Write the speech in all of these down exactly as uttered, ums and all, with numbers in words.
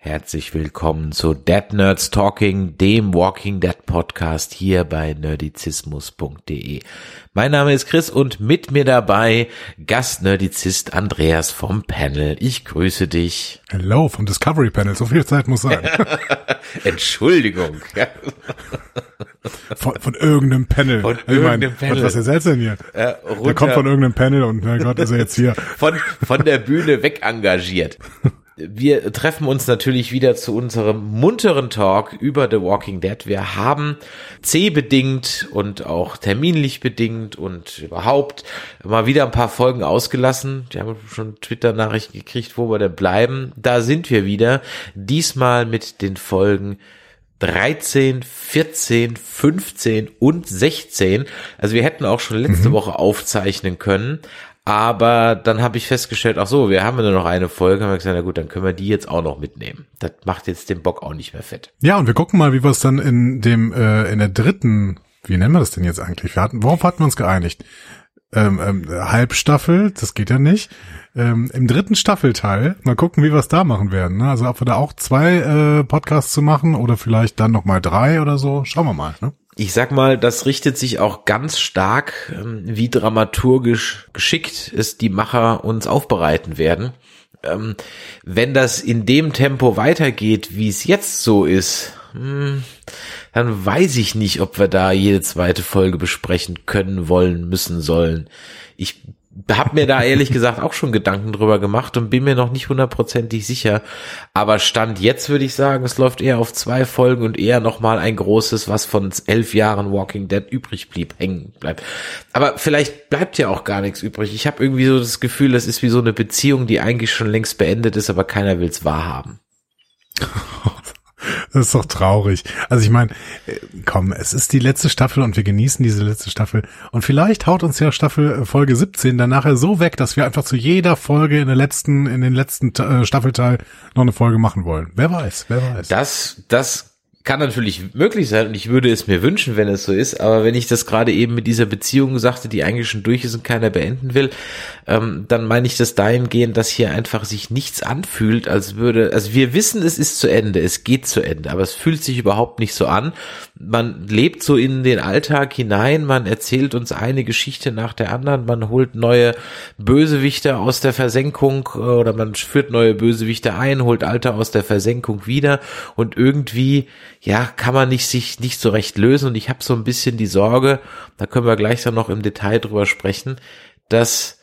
Herzlich willkommen zu Dead Nerds Talking, dem Walking Dead Podcast hier bei nerdizismus punkt de. Mein Name ist Chris und mit mir dabei Gastnerdizist Andreas vom Panel. Ich grüße dich. Hello vom Discovery Panel, so viel Zeit muss sein. Entschuldigung. Von, von irgendeinem Panel. Von ich irgendeinem mein, Panel. Was erzählst du denn hier? Äh, Der kommt von irgendeinem Panel und mein Gott, ist er jetzt hier. Von, von der Bühne weg engagiert. Wir treffen uns natürlich wieder zu unserem munteren Talk über The Walking Dead. Wir haben C-bedingt und auch terminlich bedingt und überhaupt mal wieder ein paar Folgen ausgelassen. Wir haben schon Twitter-Nachrichten gekriegt, wo wir denn bleiben. Da sind wir wieder. Diesmal mit den Folgen dreizehn, vierzehn, fünfzehn und sechzehn. Also wir hätten auch schon letzte mhm. Woche aufzeichnen können. Aber dann habe ich festgestellt, ach so, wir haben nur noch eine Folge, haben wir gesagt, na gut, dann können wir die jetzt auch noch mitnehmen. Das macht jetzt den Bock auch nicht mehr fett. Ja, und wir gucken mal, wie wir es dann in dem, äh, in der dritten, wie nennen wir das denn jetzt eigentlich? Wir hatten, worauf hatten wir uns geeinigt? Ähm, ähm, Halbstaffel, das geht ja nicht. Ähm, im dritten Staffelteil, mal gucken, wie wir es da machen werden. Ne? Also ob wir da auch zwei äh, Podcasts zu machen oder vielleicht dann nochmal drei oder so, schauen wir mal, ne? Ich sag mal, das richtet sich auch ganz stark, wie dramaturgisch geschickt es die Macher uns aufbereiten werden. Ähm, wenn das in dem Tempo weitergeht, wie es jetzt so ist, hm, dann weiß ich nicht, ob wir da jede zweite Folge besprechen können, wollen, müssen, sollen. Ich habe mir da ehrlich gesagt auch schon Gedanken drüber gemacht und bin mir noch nicht hundertprozentig sicher. Aber Stand jetzt würde ich sagen, es läuft eher auf zwei Folgen und eher nochmal ein großes, was von elf Jahren Walking Dead übrig blieb, hängen bleibt. Aber vielleicht bleibt ja auch gar nichts übrig. Ich habe irgendwie so das Gefühl, das ist wie so eine Beziehung, die eigentlich schon längst beendet ist, aber keiner will's wahrhaben. Das ist doch traurig. Also ich meine, komm, es ist die letzte Staffel und wir genießen diese letzte Staffel. Und vielleicht haut uns ja Staffel Folge siebzehn dann nachher so weg, dass wir einfach zu jeder Folge in der letzten, in den letzten äh, Staffelteil noch eine Folge machen wollen. Wer weiß, wer weiß. Das, das kann natürlich möglich sein und ich würde es mir wünschen, wenn es so ist, aber wenn ich das gerade eben mit dieser Beziehung sagte, die eigentlich schon durch ist und keiner beenden will, ähm, dann meine ich das dahingehend, dass hier einfach sich nichts anfühlt, als würde, also wir wissen, es ist zu Ende, es geht zu Ende, aber es fühlt sich überhaupt nicht so an. Man lebt so in den Alltag hinein, man erzählt uns eine Geschichte nach der anderen, man holt neue Bösewichte aus der Versenkung oder man führt neue Bösewichte ein, holt alte aus der Versenkung wieder und irgendwie ja, kann man nicht sich nicht so recht lösen und ich habe so ein bisschen die Sorge, da können wir gleich dann noch im Detail drüber sprechen, dass,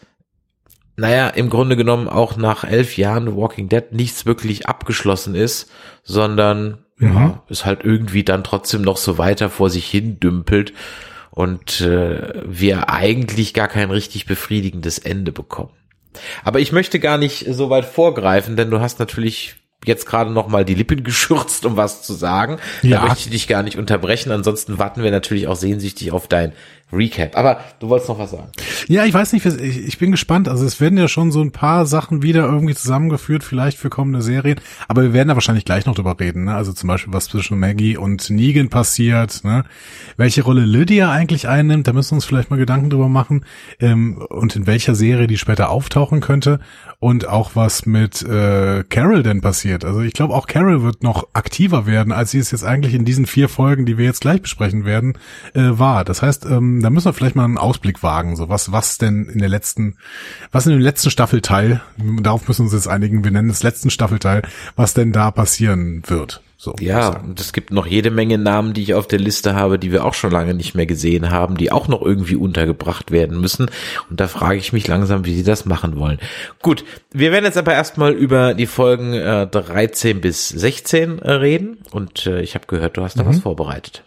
naja, im Grunde genommen auch nach elf Jahren Walking Dead nichts wirklich abgeschlossen ist, sondern mhm. ja, es halt irgendwie dann trotzdem noch so weiter vor sich hin dümpelt und äh, wir eigentlich gar kein richtig befriedigendes Ende bekommen. Aber ich möchte gar nicht so weit vorgreifen, denn du hast natürlich jetzt gerade noch mal die Lippen geschürzt, um was zu sagen. Ja. Da möchte ich dich gar nicht unterbrechen. Ansonsten warten wir natürlich auch sehnsüchtig auf dein Recap. Aber du wolltest noch was sagen. Ja, ich weiß nicht, ich, ich bin gespannt. Also es werden ja schon so ein paar Sachen wieder irgendwie zusammengeführt, vielleicht für kommende Serien. Aber wir werden da wahrscheinlich gleich noch drüber reden. Ne? Also zum Beispiel, was zwischen Maggie und Negan passiert. Ne? Welche Rolle Lydia eigentlich einnimmt, da müssen wir uns vielleicht mal Gedanken drüber machen. Ähm, und in welcher Serie die später auftauchen könnte. Und auch was mit äh, Carol denn passiert. Also ich glaube, auch Carol wird noch aktiver werden, als sie es jetzt eigentlich in diesen vier Folgen, die wir jetzt gleich besprechen werden, äh, war. Das heißt, ähm, da müssen wir vielleicht mal einen Ausblick wagen. So was, was denn in der letzten, was in dem letzten Staffelteil, darauf müssen wir uns jetzt einigen, wir nennen es letzten Staffelteil, was denn da passieren wird. So, ja, und es gibt noch jede Menge Namen, die ich auf der Liste habe, die wir auch schon lange nicht mehr gesehen haben, die auch noch irgendwie untergebracht werden müssen. Und da frage ich mich langsam, wie sie das machen wollen. Gut, wir werden jetzt aber erstmal über die Folgen äh, dreizehn bis sechzehn äh, reden. Und äh, ich habe gehört, du hast da mhm. was vorbereitet.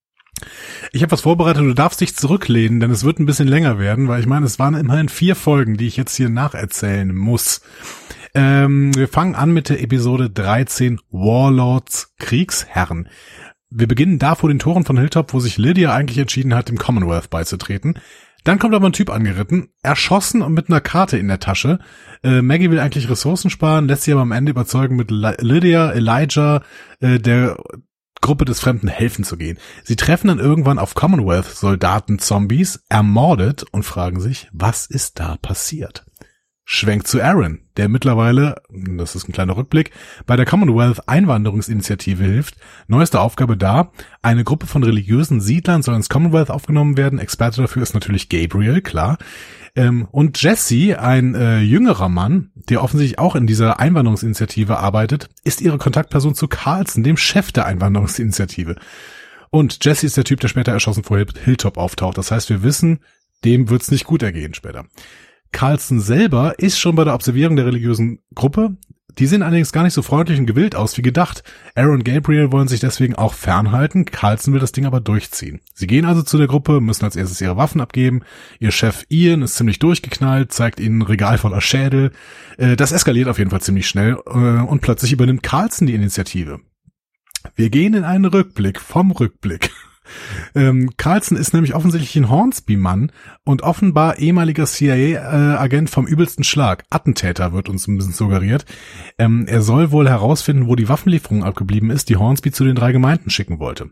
Ich habe was vorbereitet, du darfst dich zurücklehnen, denn es wird ein bisschen länger werden, weil ich meine, es waren immerhin vier Folgen, die ich jetzt hier nacherzählen muss. Ähm, wir fangen an mit der Episode dreizehn, Warlords Kriegsherren. Wir beginnen da vor den Toren von Hilltop, wo sich Lydia eigentlich entschieden hat, dem Commonwealth beizutreten. Dann kommt aber ein Typ angeritten, erschossen und mit einer Karte in der Tasche. Äh, Maggie will eigentlich Ressourcen sparen, lässt sich aber am Ende überzeugen, mit Lydia, Elijah, äh, der Gruppe des Fremden helfen zu gehen. Sie treffen dann irgendwann auf Commonwealth-Soldaten-Zombies, ermordet und fragen sich, was ist da passiert? Schwenkt zu Aaron, der mittlerweile, das ist ein kleiner Rückblick, bei der Commonwealth Einwanderungsinitiative hilft. Neueste Aufgabe da, eine Gruppe von religiösen Siedlern soll ins Commonwealth aufgenommen werden. Experte dafür ist natürlich Gabriel, klar. Ähm, und Jesse, ein äh, jüngerer Mann, der offensichtlich auch in dieser Einwanderungsinitiative arbeitet, ist ihre Kontaktperson zu Carlson, dem Chef der Einwanderungsinitiative. Und Jesse ist der Typ, der später erschossen vor Hilltop auftaucht. Das heißt, wir wissen, dem wird's nicht gut ergehen später. Carlson selber ist schon bei der Observierung der religiösen Gruppe. Die sehen allerdings gar nicht so freundlich und gewillt aus wie gedacht. Aaron und Gabriel wollen sich deswegen auch fernhalten. Carlson will das Ding aber durchziehen. Sie gehen also zu der Gruppe, müssen als erstes ihre Waffen abgeben. Ihr Chef Ian ist ziemlich durchgeknallt, zeigt ihnen ein Regal voller Schädel. Das eskaliert auf jeden Fall ziemlich schnell und plötzlich übernimmt Carlson die Initiative. Wir gehen in einen Rückblick vom Rückblick. Ähm, Carlson ist nämlich offensichtlich ein Hornsby-Mann und offenbar ehemaliger C I A-Agent vom übelsten Schlag. Attentäter wird uns ein bisschen suggeriert. Ähm, er soll wohl herausfinden, wo die Waffenlieferung abgeblieben ist, die Hornsby zu den drei Gemeinden schicken wollte.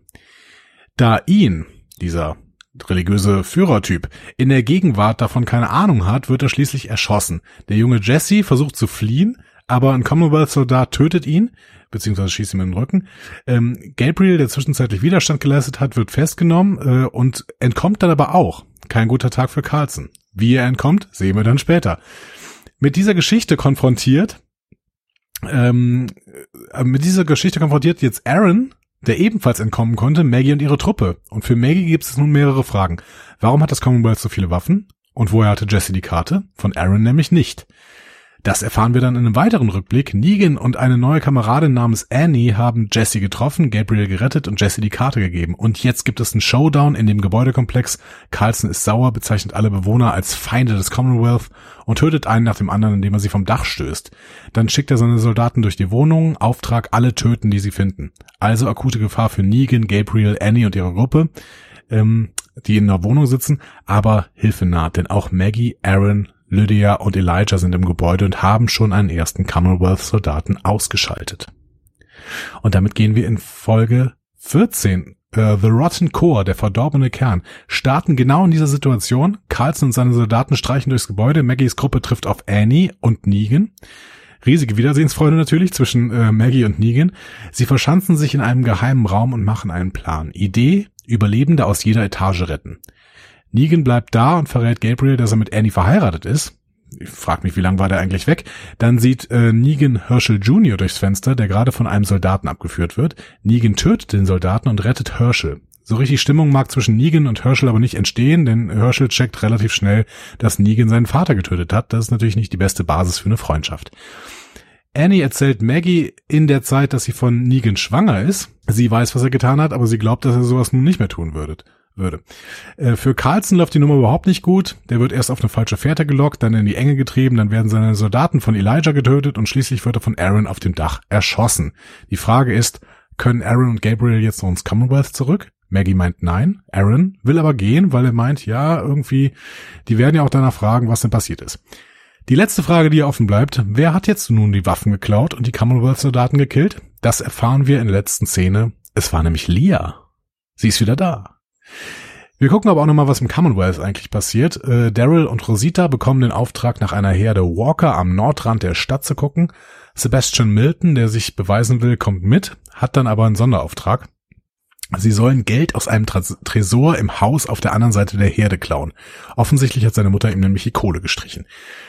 Da ihn, dieser religiöse Führertyp, in der Gegenwart davon keine Ahnung hat, wird er schließlich erschossen. Der junge Jesse versucht zu fliehen, aber ein Commonwealth-Soldat tötet ihn, beziehungsweise schießt ihm in den Rücken. Ähm, Gabriel, der zwischenzeitlich Widerstand geleistet hat, wird festgenommen äh, und entkommt dann aber auch. Kein guter Tag für Carlson. Wie er entkommt, sehen wir dann später. Mit dieser Geschichte konfrontiert, ähm, äh, mit dieser Geschichte konfrontiert jetzt Aaron, der ebenfalls entkommen konnte, Maggie und ihre Truppe. Und für Maggie gibt es nun mehrere Fragen. Warum hat das Commonwealth so viele Waffen? Und woher hatte Jesse die Karte? Von Aaron nämlich nicht. Das erfahren wir dann in einem weiteren Rückblick. Negan und eine neue Kameradin namens Annie haben Jesse getroffen, Gabriel gerettet und Jesse die Karte gegeben. Und jetzt gibt es einen Showdown in dem Gebäudekomplex. Carlson ist sauer, bezeichnet alle Bewohner als Feinde des Commonwealth und tötet einen nach dem anderen, indem er sie vom Dach stößt. Dann schickt er seine Soldaten durch die Wohnung, Auftrag, alle töten, die sie finden. Also akute Gefahr für Negan, Gabriel, Annie und ihre Gruppe, ähm, die in der Wohnung sitzen. Aber Hilfe naht, denn auch Maggie, Aaron, Lydia und Elijah sind im Gebäude und haben schon einen ersten Commonwealth-Soldaten ausgeschaltet. Und damit gehen wir in Folge vierzehn. Uh, The Rotten Core, der verdorbene Kern, starten genau in dieser Situation. Carlson und seine Soldaten streichen durchs Gebäude. Maggies Gruppe trifft auf Annie und Negan. Riesige Wiedersehensfreude natürlich zwischen äh, Maggie und Negan. Sie verschanzen sich in einem geheimen Raum und machen einen Plan. Idee: Überlebende aus jeder Etage retten. Negan bleibt da und verrät Gabriel, dass er mit Annie verheiratet ist. Ich frag mich, wie lange war der eigentlich weg? Dann sieht äh, Negan Herschel Junior durchs Fenster, der gerade von einem Soldaten abgeführt wird. Negan tötet den Soldaten und rettet Herschel. So richtig Stimmung mag zwischen Negan und Herschel aber nicht entstehen, denn Herschel checkt relativ schnell, dass Negan seinen Vater getötet hat. Das ist natürlich nicht die beste Basis für eine Freundschaft. Annie erzählt Maggie in der Zeit, dass sie von Negan schwanger ist. Sie weiß, was er getan hat, aber sie glaubt, dass er sowas nun nicht mehr tun würde. würde. Äh, für Carlson läuft die Nummer überhaupt nicht gut. Der wird erst auf eine falsche Fährte gelockt, dann in die Enge getrieben, dann werden seine Soldaten von Elijah getötet und schließlich wird er von Aaron auf dem Dach erschossen. Die Frage ist, können Aaron und Gabriel jetzt noch ins Commonwealth zurück? Maggie meint nein. Aaron will aber gehen, weil er meint, ja, irgendwie, die werden ja auch danach fragen, was denn passiert ist. Die letzte Frage, die offen bleibt, wer hat jetzt nun die Waffen geklaut und die Commonwealth-Soldaten gekillt? Das erfahren wir in der letzten Szene. Es war nämlich Leah. Sie ist wieder da. Wir gucken aber auch nochmal, was im Commonwealth eigentlich passiert. Äh, Daryl und Rosita bekommen den Auftrag, nach einer Herde Walker am Nordrand der Stadt zu gucken. Sebastian Milton, der sich beweisen will, kommt mit, hat dann aber einen Sonderauftrag. Sie sollen Geld aus einem Tra- Tresor im Haus auf der anderen Seite der Herde klauen. Offensichtlich hat seine Mutter ihm nämlich die Kohle gestrichen.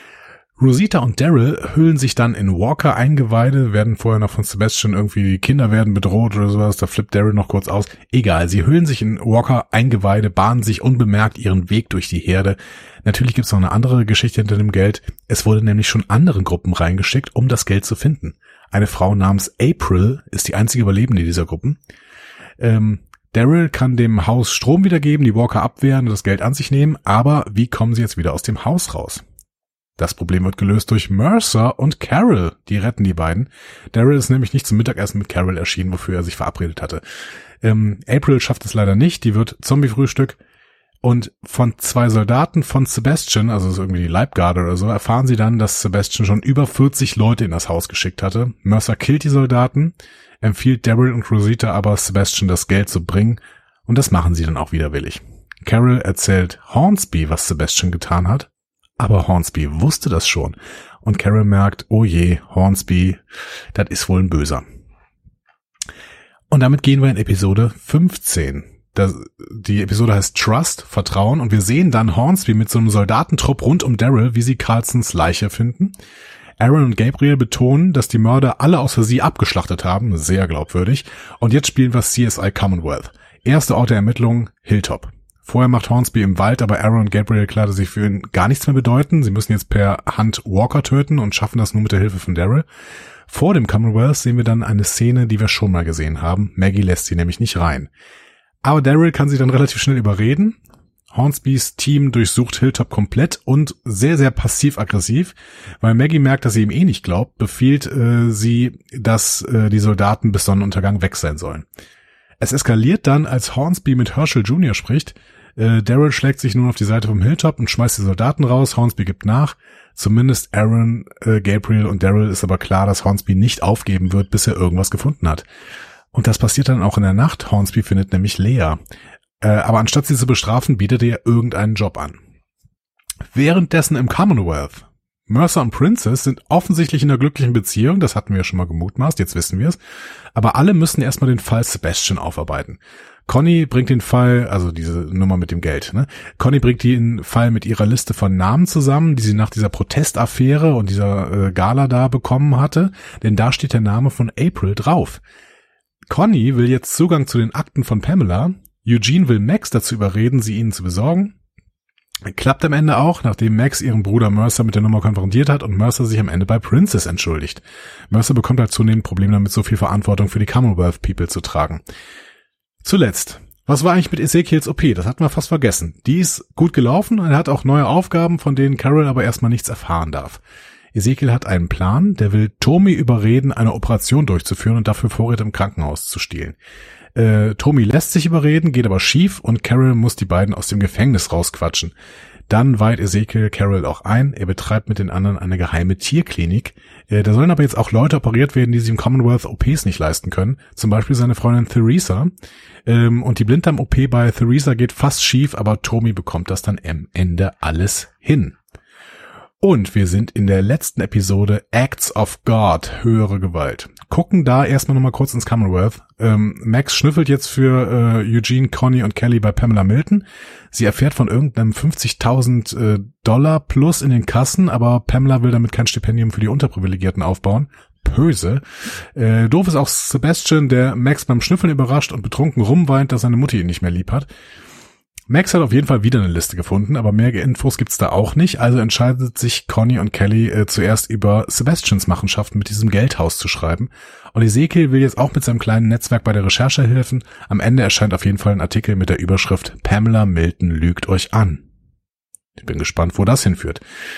Rosita und Daryl hüllen sich dann in Walker-Eingeweide, werden vorher noch von Sebastian irgendwie, die Kinder werden bedroht oder sowas, da flippt Daryl noch kurz aus. Egal, sie hüllen sich in Walker-Eingeweide, bahnen sich unbemerkt ihren Weg durch die Herde. Natürlich gibt's noch eine andere Geschichte hinter dem Geld. Es wurde nämlich schon anderen Gruppen reingeschickt, um das Geld zu finden. Eine Frau namens April ist die einzige Überlebende dieser Gruppen. Ähm, Daryl kann dem Haus Strom wiedergeben, die Walker abwehren und das Geld an sich nehmen, aber wie kommen sie jetzt wieder aus dem Haus raus? Das Problem wird gelöst durch Mercer und Carol. Die retten die beiden. Daryl ist nämlich nicht zum Mittagessen mit Carol erschienen, wofür er sich verabredet hatte. Ähm, April schafft es leider nicht. Die wird Zombie-Frühstück. Und von zwei Soldaten von Sebastian, also ist irgendwie die Leibgarde oder so, erfahren sie dann, dass Sebastian schon über vierzig Leute in das Haus geschickt hatte. Mercer killt die Soldaten, empfiehlt Daryl und Rosita aber, Sebastian das Geld zu bringen. Und das machen sie dann auch widerwillig. Carol erzählt Hornsby, was Sebastian getan hat. Aber Hornsby wusste das schon. Und Carol merkt, oh je, Hornsby, das ist wohl ein Böser. Und damit gehen wir in Episode fünfzehn. Das, die Episode heißt Trust, Vertrauen, und wir sehen dann Hornsby mit so einem Soldatentrupp rund um Daryl, wie sie Carlsons Leiche finden. Aaron und Gabriel betonen, dass die Mörder alle außer sie abgeschlachtet haben, sehr glaubwürdig. Und jetzt spielen wir C S I Commonwealth. Erster Ort der Ermittlungen, Hilltop. Vorher macht Hornsby im Wald, aber Aaron und Gabriel klar, dass sie für ihn gar nichts mehr bedeuten. Sie müssen jetzt per Hand Walker töten und schaffen das nur mit der Hilfe von Daryl. Vor dem Commonwealth sehen wir dann eine Szene, die wir schon mal gesehen haben. Maggie lässt sie nämlich nicht rein. Aber Daryl kann sie dann relativ schnell überreden. Hornsbys Team durchsucht Hilltop komplett und sehr, sehr passiv-aggressiv. Weil Maggie merkt, dass sie ihm eh nicht glaubt, befiehlt äh, sie, dass äh, die Soldaten bis Sonnenuntergang weg sein sollen. Es eskaliert dann, als Hornsby mit Herschel Junior spricht. Äh, Daryl schlägt sich nun auf die Seite vom Hilltop und schmeißt die Soldaten raus. Hornsby gibt nach. Zumindest Aaron, äh, Gabriel und Daryl ist aber klar, dass Hornsby nicht aufgeben wird, bis er irgendwas gefunden hat. Und das passiert dann auch in der Nacht. Hornsby findet nämlich Lea. Äh, aber anstatt sie zu bestrafen, bietet er irgendeinen Job an. Währenddessen im Commonwealth. Mercer und Princess sind offensichtlich in einer glücklichen Beziehung. Das hatten wir ja schon mal gemutmaßt, jetzt wissen wir es. Aber alle müssen erstmal den Fall Sebastian aufarbeiten. Conny bringt den Fall, also diese Nummer mit dem Geld, ne? Conny bringt den Fall mit ihrer Liste von Namen zusammen, die sie nach dieser Protestaffäre und dieser äh, Gala da bekommen hatte. Denn da steht der Name von April drauf. Conny will jetzt Zugang zu den Akten von Pamela. Eugene will Max dazu überreden, sie ihnen zu besorgen. Klappt am Ende auch, nachdem Max ihren Bruder Mercer mit der Nummer konfrontiert hat und Mercer sich am Ende bei Princess entschuldigt. Mercer bekommt halt zunehmend Probleme damit, so viel Verantwortung für die Commonwealth People zu tragen. Zuletzt, was war eigentlich mit Ezekiels O P? Das hatten wir fast vergessen. Die ist gut gelaufen und er hat auch neue Aufgaben, von denen Carol aber erstmal nichts erfahren darf. Ezekiel hat einen Plan, der will Tommy überreden, eine Operation durchzuführen und dafür Vorräte im Krankenhaus zu stehlen. Äh, Tommy lässt sich überreden, geht aber schief und Carol muss die beiden aus dem Gefängnis rausquatschen. Dann weiht Ezekiel Carol auch ein. Er betreibt mit den anderen eine geheime Tierklinik. Äh, da sollen aber jetzt auch Leute operiert werden, die sich im Commonwealth O Ps nicht leisten können. Zum Beispiel seine Freundin Theresa. Ähm, und die Blinddarm-O P bei Theresa geht fast schief, aber Tommy bekommt das dann am Ende alles hin. Und wir sind in der letzten Episode Acts of God, höhere Gewalt. Gucken da erstmal nochmal kurz ins Commonwealth. Ähm, Max schnüffelt jetzt für äh, Eugene, Conny und Kelly bei Pamela Milton. Sie erfährt von irgendeinem fünfzigtausend äh, Dollar plus in den Kassen, aber Pamela will damit kein Stipendium für die Unterprivilegierten aufbauen. Böse. Äh, doof ist auch Sebastian, der Max beim Schnüffeln überrascht und betrunken rumweint, dass seine Mutti ihn nicht mehr lieb hat. Max hat auf jeden Fall wieder eine Liste gefunden, aber mehr Infos gibt's da auch nicht, also entscheidet sich Conny und Kelly äh, zuerst über Sebastians Machenschaften mit diesem Geldhaus zu schreiben. Und Ezekiel will jetzt auch mit seinem kleinen Netzwerk bei der Recherche helfen. Am Ende erscheint auf jeden Fall ein Artikel mit der Überschrift Pamela Milton lügt euch an. Ich bin gespannt, wo das hinführt.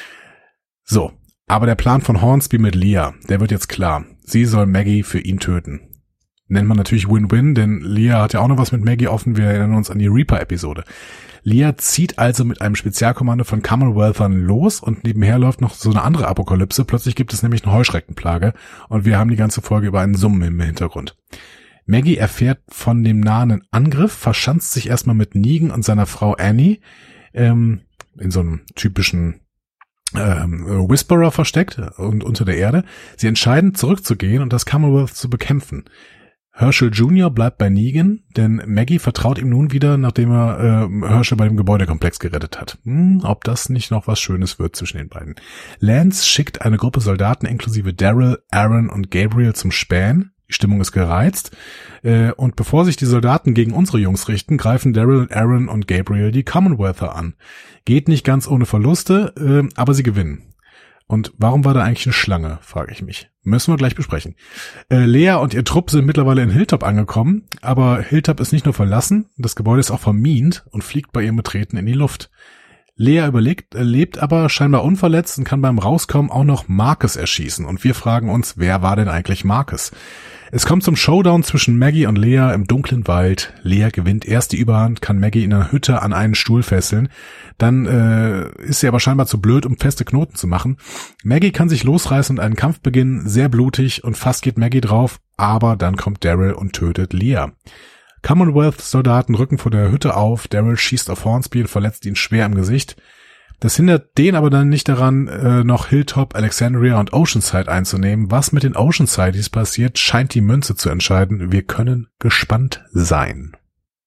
So, aber der Plan von Hornsby mit Lea, der wird jetzt klar. Sie soll Maggie für ihn töten. Nennt man natürlich Win-Win, denn Lea hat ja auch noch was mit Maggie offen. Wir erinnern uns an die Reaper-Episode. Lea zieht also mit einem Spezialkommando von Commonwealthern los und nebenher läuft noch so eine andere Apokalypse. Plötzlich gibt es nämlich eine Heuschreckenplage und wir haben die ganze Folge über einen Summen im Hintergrund. Maggie erfährt von dem nahenden Angriff, verschanzt sich erstmal mit Negan und seiner Frau Annie ähm, in so einem typischen ähm, Whisperer versteckt und unter der Erde. Sie entscheiden, zurückzugehen und das Commonwealth zu bekämpfen. Herschel Junior bleibt bei Negan, denn Maggie vertraut ihm nun wieder, nachdem er äh, Herschel bei dem Gebäudekomplex gerettet hat. Hm, ob das nicht noch was Schönes wird zwischen den beiden. Lance schickt eine Gruppe Soldaten inklusive Daryl, Aaron und Gabriel zum Spähen. Die Stimmung ist gereizt. Äh, und bevor sich die Soldaten gegen unsere Jungs richten, greifen Daryl, Aaron und Gabriel die Commonwealther an. Geht nicht ganz ohne Verluste, äh, aber sie gewinnen. Und warum war da eigentlich eine Schlange, frage ich mich. Müssen wir gleich besprechen. Äh, Lea und ihr Trupp sind mittlerweile in Hilltop angekommen, aber Hilltop ist nicht nur verlassen, das Gebäude ist auch vermint und fliegt bei ihrem Betreten in die Luft. Lea überlegt, äh, lebt aber scheinbar unverletzt und kann beim Rauskommen auch noch Marcus erschießen. Und wir fragen uns, wer war denn eigentlich Marcus? Es kommt zum Showdown zwischen Maggie und Lea im dunklen Wald. Lea gewinnt erst die Überhand, kann Maggie in einer Hütte an einen Stuhl fesseln. Dann äh, ist sie aber scheinbar zu blöd, um feste Knoten zu machen. Maggie kann sich losreißen und einen Kampf beginnen, sehr blutig und fast geht Maggie drauf, aber dann kommt Daryl und tötet Lea. Commonwealth-Soldaten rücken vor der Hütte auf, Daryl schießt auf Hornsby und verletzt ihn schwer im Gesicht. Das hindert den aber dann nicht daran, äh, noch Hilltop, Alexandria und Oceanside einzunehmen. Was mit den Oceansides passiert, scheint die Münze zu entscheiden. Wir können gespannt sein.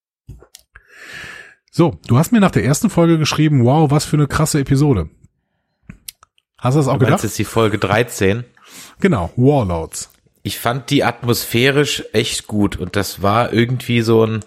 So, du hast mir nach der ersten Folge geschrieben, wow, was für eine krasse Episode. Hast du das auch du gedacht? Das ist die Folge dreizehn. Genau, Warlords. Ich fand die atmosphärisch echt gut und das war irgendwie so ein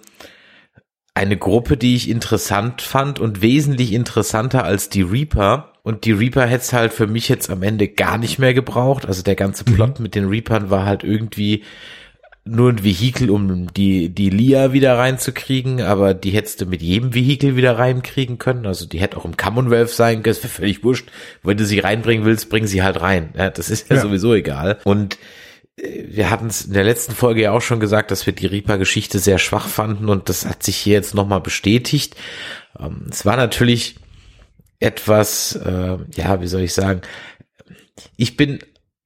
eine Gruppe, die ich interessant fand und wesentlich interessanter als die Reaper. Und die Reaper hätte es halt für mich jetzt am Ende gar nicht mehr gebraucht. Also der ganze Plot mhm. mit den Reapern war halt irgendwie nur ein Vehikel, um die die Lia wieder reinzukriegen, aber die hättest du mit jedem Vehikel wieder reinkriegen können. Also die hätte auch im Commonwealth sein können, das wäre völlig wurscht. Wenn du sie reinbringen willst, bring sie halt rein. Ja, das ist ja, ja sowieso egal. Und wir hatten es in der letzten Folge ja auch schon gesagt, dass wir die Reaper-Geschichte sehr schwach fanden und das hat sich hier jetzt nochmal bestätigt. Ähm, es war natürlich etwas, äh, ja, wie soll ich sagen, ich bin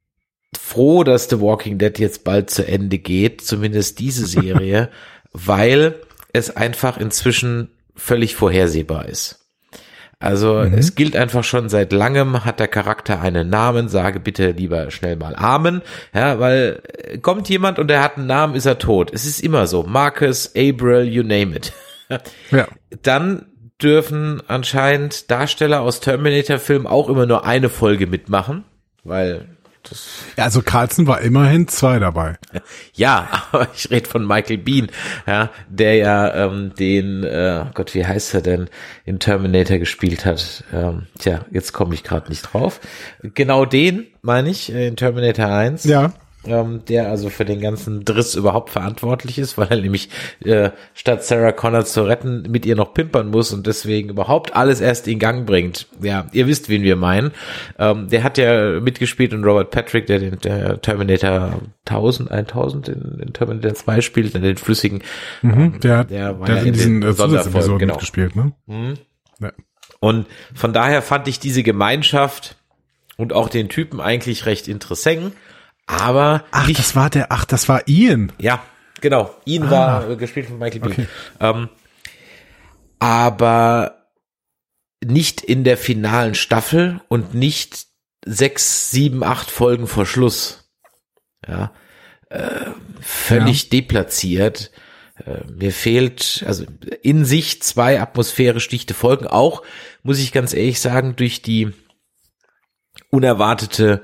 froh, dass The Walking Dead jetzt bald zu Ende geht, zumindest diese Serie, weil es einfach inzwischen völlig vorhersehbar ist. Also mhm. es gilt einfach schon seit langem, hat der Charakter einen Namen, sage bitte lieber schnell mal Amen, ja, weil kommt jemand und er hat einen Namen, ist er tot. Es ist immer so, Marcus, Abril, you name it. Ja. Dann dürfen anscheinend Darsteller aus Terminator-Filmen auch immer nur eine Folge mitmachen, weil das ja, also Carlson war immerhin zwei dabei. Ja, aber ich rede von Michael Biehn, ja, der ja ähm, den, äh, Gott, wie heißt er denn, in Terminator gespielt hat. Ähm, tja, jetzt komme ich gerade nicht drauf. Genau den meine ich, in Terminator eins. Ja. Ähm, der also für den ganzen Driss überhaupt verantwortlich ist, weil er nämlich äh, statt Sarah Connor zu retten, mit ihr noch pimpern muss und deswegen überhaupt alles erst in Gang bringt. Ja, ihr wisst, wen wir meinen. Ähm, der hat ja mitgespielt und Robert Patrick, der den der Terminator tausend, tausend in, in Terminator zwei spielt, in den flüssigen. Mhm, ähm, der, der war der ja in diesen den Sonderepisoden genau. mitgespielt, ne? Mhm. Ja. Und von daher fand ich diese Gemeinschaft und auch den Typen eigentlich recht interessant. Aber ach, nicht, das war der, ach, das war Ian. Ja, genau. Ian ah, war gespielt von Michael Biehn. Okay. Ähm, aber nicht in der finalen Staffel und nicht sechs, sieben, acht Folgen vor Schluss. Ja, äh, völlig ja. deplatziert. Äh, mir fehlt, also in sich zwei atmosphärisch dichte Folgen. Auch, muss ich ganz ehrlich sagen, durch die unerwartete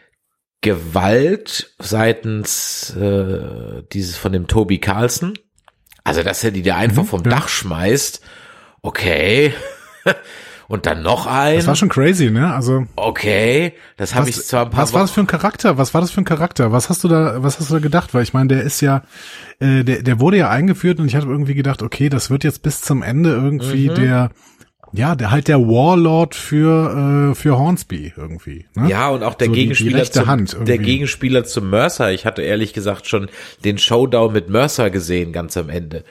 Gewalt seitens äh, dieses von dem Toby Carlson, also dass er die da einfach mhm, vom ja. Dach schmeißt, okay, und dann noch ein. Das war schon crazy, ne? Also okay, das habe ich zwar ein paar Was war das für ein Charakter? Was war das für ein Charakter? Was hast du da, was hast du da gedacht? Weil ich meine, der ist ja, äh, der, der wurde ja eingeführt und ich hatte irgendwie gedacht, okay, das wird jetzt bis zum Ende irgendwie mhm. der Ja, der halt der Warlord für äh, für Hornsby irgendwie. Ne? Ja, und auch der so Gegenspieler die, die zum, der Gegenspieler zum Mercer. Ich hatte ehrlich gesagt schon den Showdown mit Mercer gesehen, ganz am Ende.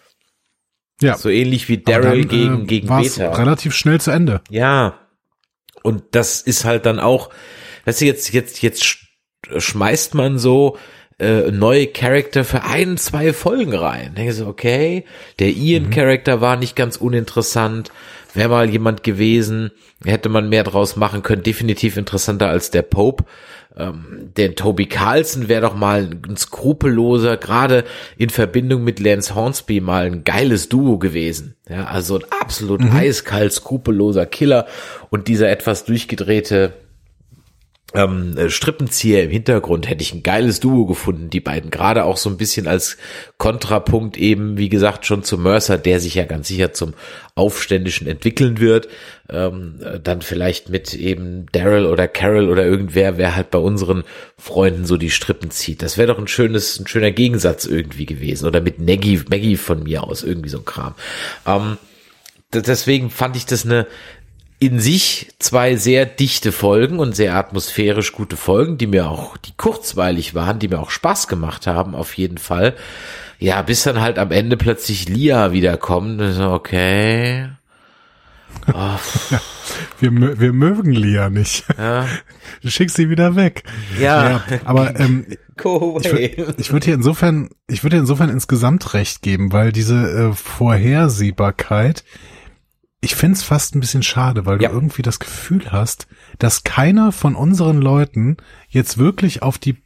Ja. So ähnlich wie Daryl dann, gegen äh, gegen Beta. Relativ schnell zu Ende. Ja. Und das ist halt dann auch, weißt du, jetzt jetzt jetzt schmeißt man so äh, neue Charakter für ein, zwei Folgen rein. Denke so, okay, der Ian-Charakter mhm. war nicht ganz uninteressant. Wäre mal jemand gewesen, hätte man mehr draus machen können, definitiv interessanter als der Pope. Ähm, der Toby Carlson wäre doch mal ein skrupelloser, gerade in Verbindung mit Lance Hornsby mal ein geiles Duo gewesen. Ja, also ein absolut mhm. eiskalt, skrupelloser Killer und dieser etwas durchgedrehte ähm, Strippenzieher im Hintergrund hätte ich ein geiles Duo gefunden, die beiden, gerade auch so ein bisschen als Kontrapunkt eben, wie gesagt, schon zu Mercer, der sich ja ganz sicher zum Aufständischen entwickeln wird, ähm, dann vielleicht mit eben Daryl oder Carol oder irgendwer, wer halt bei unseren Freunden so die Strippen zieht. Das wäre doch ein schönes, ein schöner Gegensatz irgendwie gewesen, oder mit Maggie, Maggie von mir aus, irgendwie so ein Kram. Ähm, deswegen fand ich das eine in sich zwei sehr dichte Folgen und sehr atmosphärisch gute Folgen, die mir auch, die kurzweilig waren, die mir auch Spaß gemacht haben, auf jeden Fall. Ja, bis dann halt am Ende plötzlich Lia wiederkommt. Okay. Oh. wir, wir mögen Lia nicht. Ja. Du schickst sie wieder weg. Ja. ja aber ähm, Go away. ich, ich würde dir insofern, ich würde dir insofern insgesamt recht geben, weil diese äh, Vorhersehbarkeit, ich find's fast ein bisschen schade, weil ja. du irgendwie das Gefühl hast, dass keiner von unseren Leuten jetzt wirklich auf die,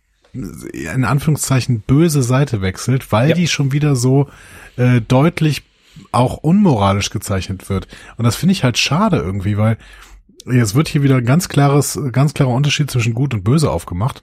in Anführungszeichen, böse Seite wechselt, weil ja. die schon wieder so äh, deutlich auch unmoralisch gezeichnet wird. Und das finde ich halt schade irgendwie, weil jetzt wird hier wieder ein ganz klares, ganz klarer Unterschied zwischen Gut und Böse aufgemacht.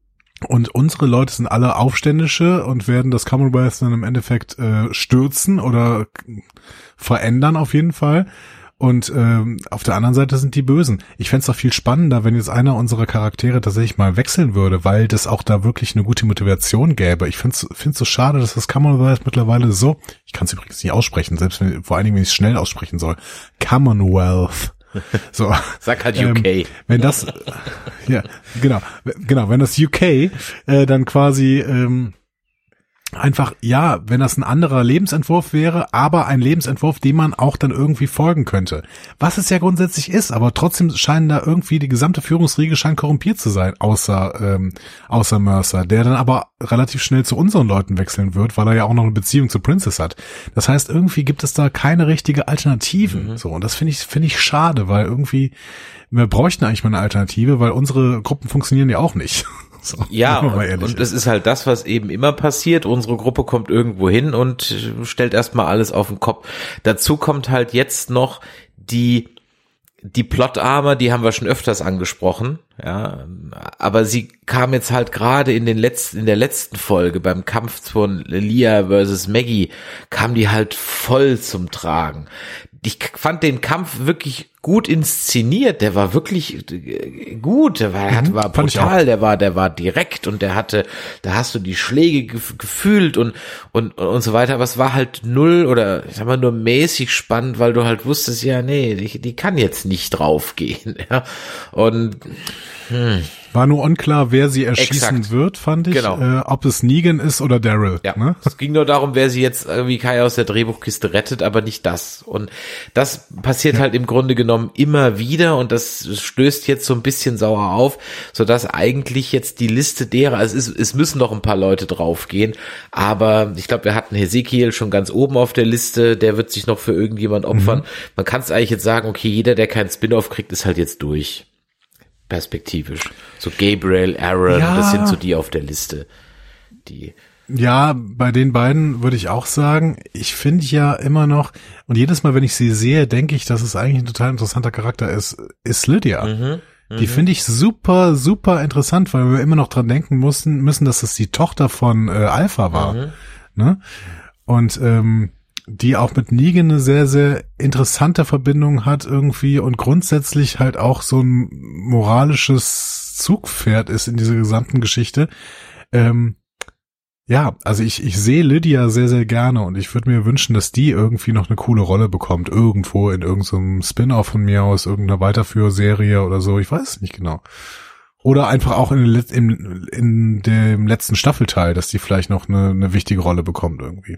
Und unsere Leute sind alle Aufständische und werden das Commonwealth dann im Endeffekt äh, stürzen oder verändern auf jeden Fall. Und ähm, auf der anderen Seite sind die Bösen. Ich fände es doch viel spannender, wenn jetzt einer unserer Charaktere tatsächlich mal wechseln würde, weil das auch da wirklich eine gute Motivation gäbe. Ich finde es so schade, dass das Commonwealth mittlerweile so, ich kann es übrigens nicht aussprechen, selbst wenn, vor allen Dingen, wenn ich es schnell aussprechen soll, Commonwealth. So, sag halt U K. Ähm, wenn das, ja, genau, genau, wenn das U K äh, dann quasi ähm, einfach, ja, wenn das ein anderer Lebensentwurf wäre, aber ein Lebensentwurf, dem man auch dann irgendwie folgen könnte. Was es ja grundsätzlich ist, aber trotzdem scheinen da irgendwie, die gesamte Führungsriege scheint korrumpiert zu sein, außer ähm, außer Mercer, der dann aber relativ schnell zu unseren Leuten wechseln wird, weil er ja auch noch eine Beziehung zu Princess hat. Das heißt, irgendwie gibt es da keine richtige Alternativen. Mhm. So, und das finde ich, finde ich schade, weil irgendwie, wir bräuchten eigentlich mal eine Alternative, weil unsere Gruppen funktionieren ja auch nicht. So, ja, und, und das ist halt das, was eben immer passiert. Unsere Gruppe kommt irgendwo hin und stellt erstmal alles auf den Kopf. Dazu kommt halt jetzt noch die die Plot-Armor, die haben wir schon öfters angesprochen, ja, aber sie kam jetzt halt gerade in den letzten, in der letzten Folge beim Kampf von Leah versus Maggie, kam die halt voll zum Tragen. Ich fand den Kampf wirklich gut inszeniert, der war wirklich gut, der war, mhm, war brutal, der war, der war direkt und der hatte, da hast du die Schläge gef- gefühlt und, und, und so weiter, aber es war halt null oder, ich sag mal, nur mäßig spannend, weil du halt wusstest, ja, nee, die, die kann jetzt nicht draufgehen, ja, und, hm. War nur unklar, wer sie erschießen Exakt. wird, fand ich. Genau. Äh, ob es Negan ist oder Daryl. Ja. Ne? Es ging nur darum, wer sie jetzt irgendwie Kai aus der Drehbuchkiste rettet, aber nicht das. Und das passiert ja. halt im Grunde genommen immer wieder und das stößt jetzt so ein bisschen sauer auf, sodass eigentlich jetzt die Liste derer, also es, ist, es müssen noch ein paar Leute draufgehen, aber ich glaube, wir hatten Hesekiel schon ganz oben auf der Liste, der wird sich noch für irgendjemand opfern. Mhm. Man kann es eigentlich jetzt sagen, okay, jeder, der keinen Spin-off kriegt, ist halt jetzt durch. Perspektivisch. So Gabriel, Aaron, ja. das sind so die auf der Liste. Die. Ja, bei den beiden würde ich auch sagen, ich finde ja immer noch, und jedes Mal, wenn ich sie sehe, denke ich, dass es eigentlich ein total interessanter Charakter ist, ist Lydia. Mhm, die finde ich super, super interessant, weil wir immer noch dran denken mussten, müssen, dass es die Tochter von äh, Alpha war. Mhm. Ne? Und ähm, die auch mit Negan eine sehr, sehr interessante Verbindung hat irgendwie und grundsätzlich halt auch so ein moralisches Zugpferd ist in dieser gesamten Geschichte. Ähm, ja, also ich, ich sehe Lydia sehr, sehr gerne und ich würde mir wünschen, dass die irgendwie noch eine coole Rolle bekommt, irgendwo in irgendeinem Spin-off von mir aus, irgendeiner Weiterführserie oder so, ich weiß es nicht genau. Oder einfach auch in, den, in, in dem letzten Staffelteil, dass die vielleicht noch eine, eine wichtige Rolle bekommt irgendwie.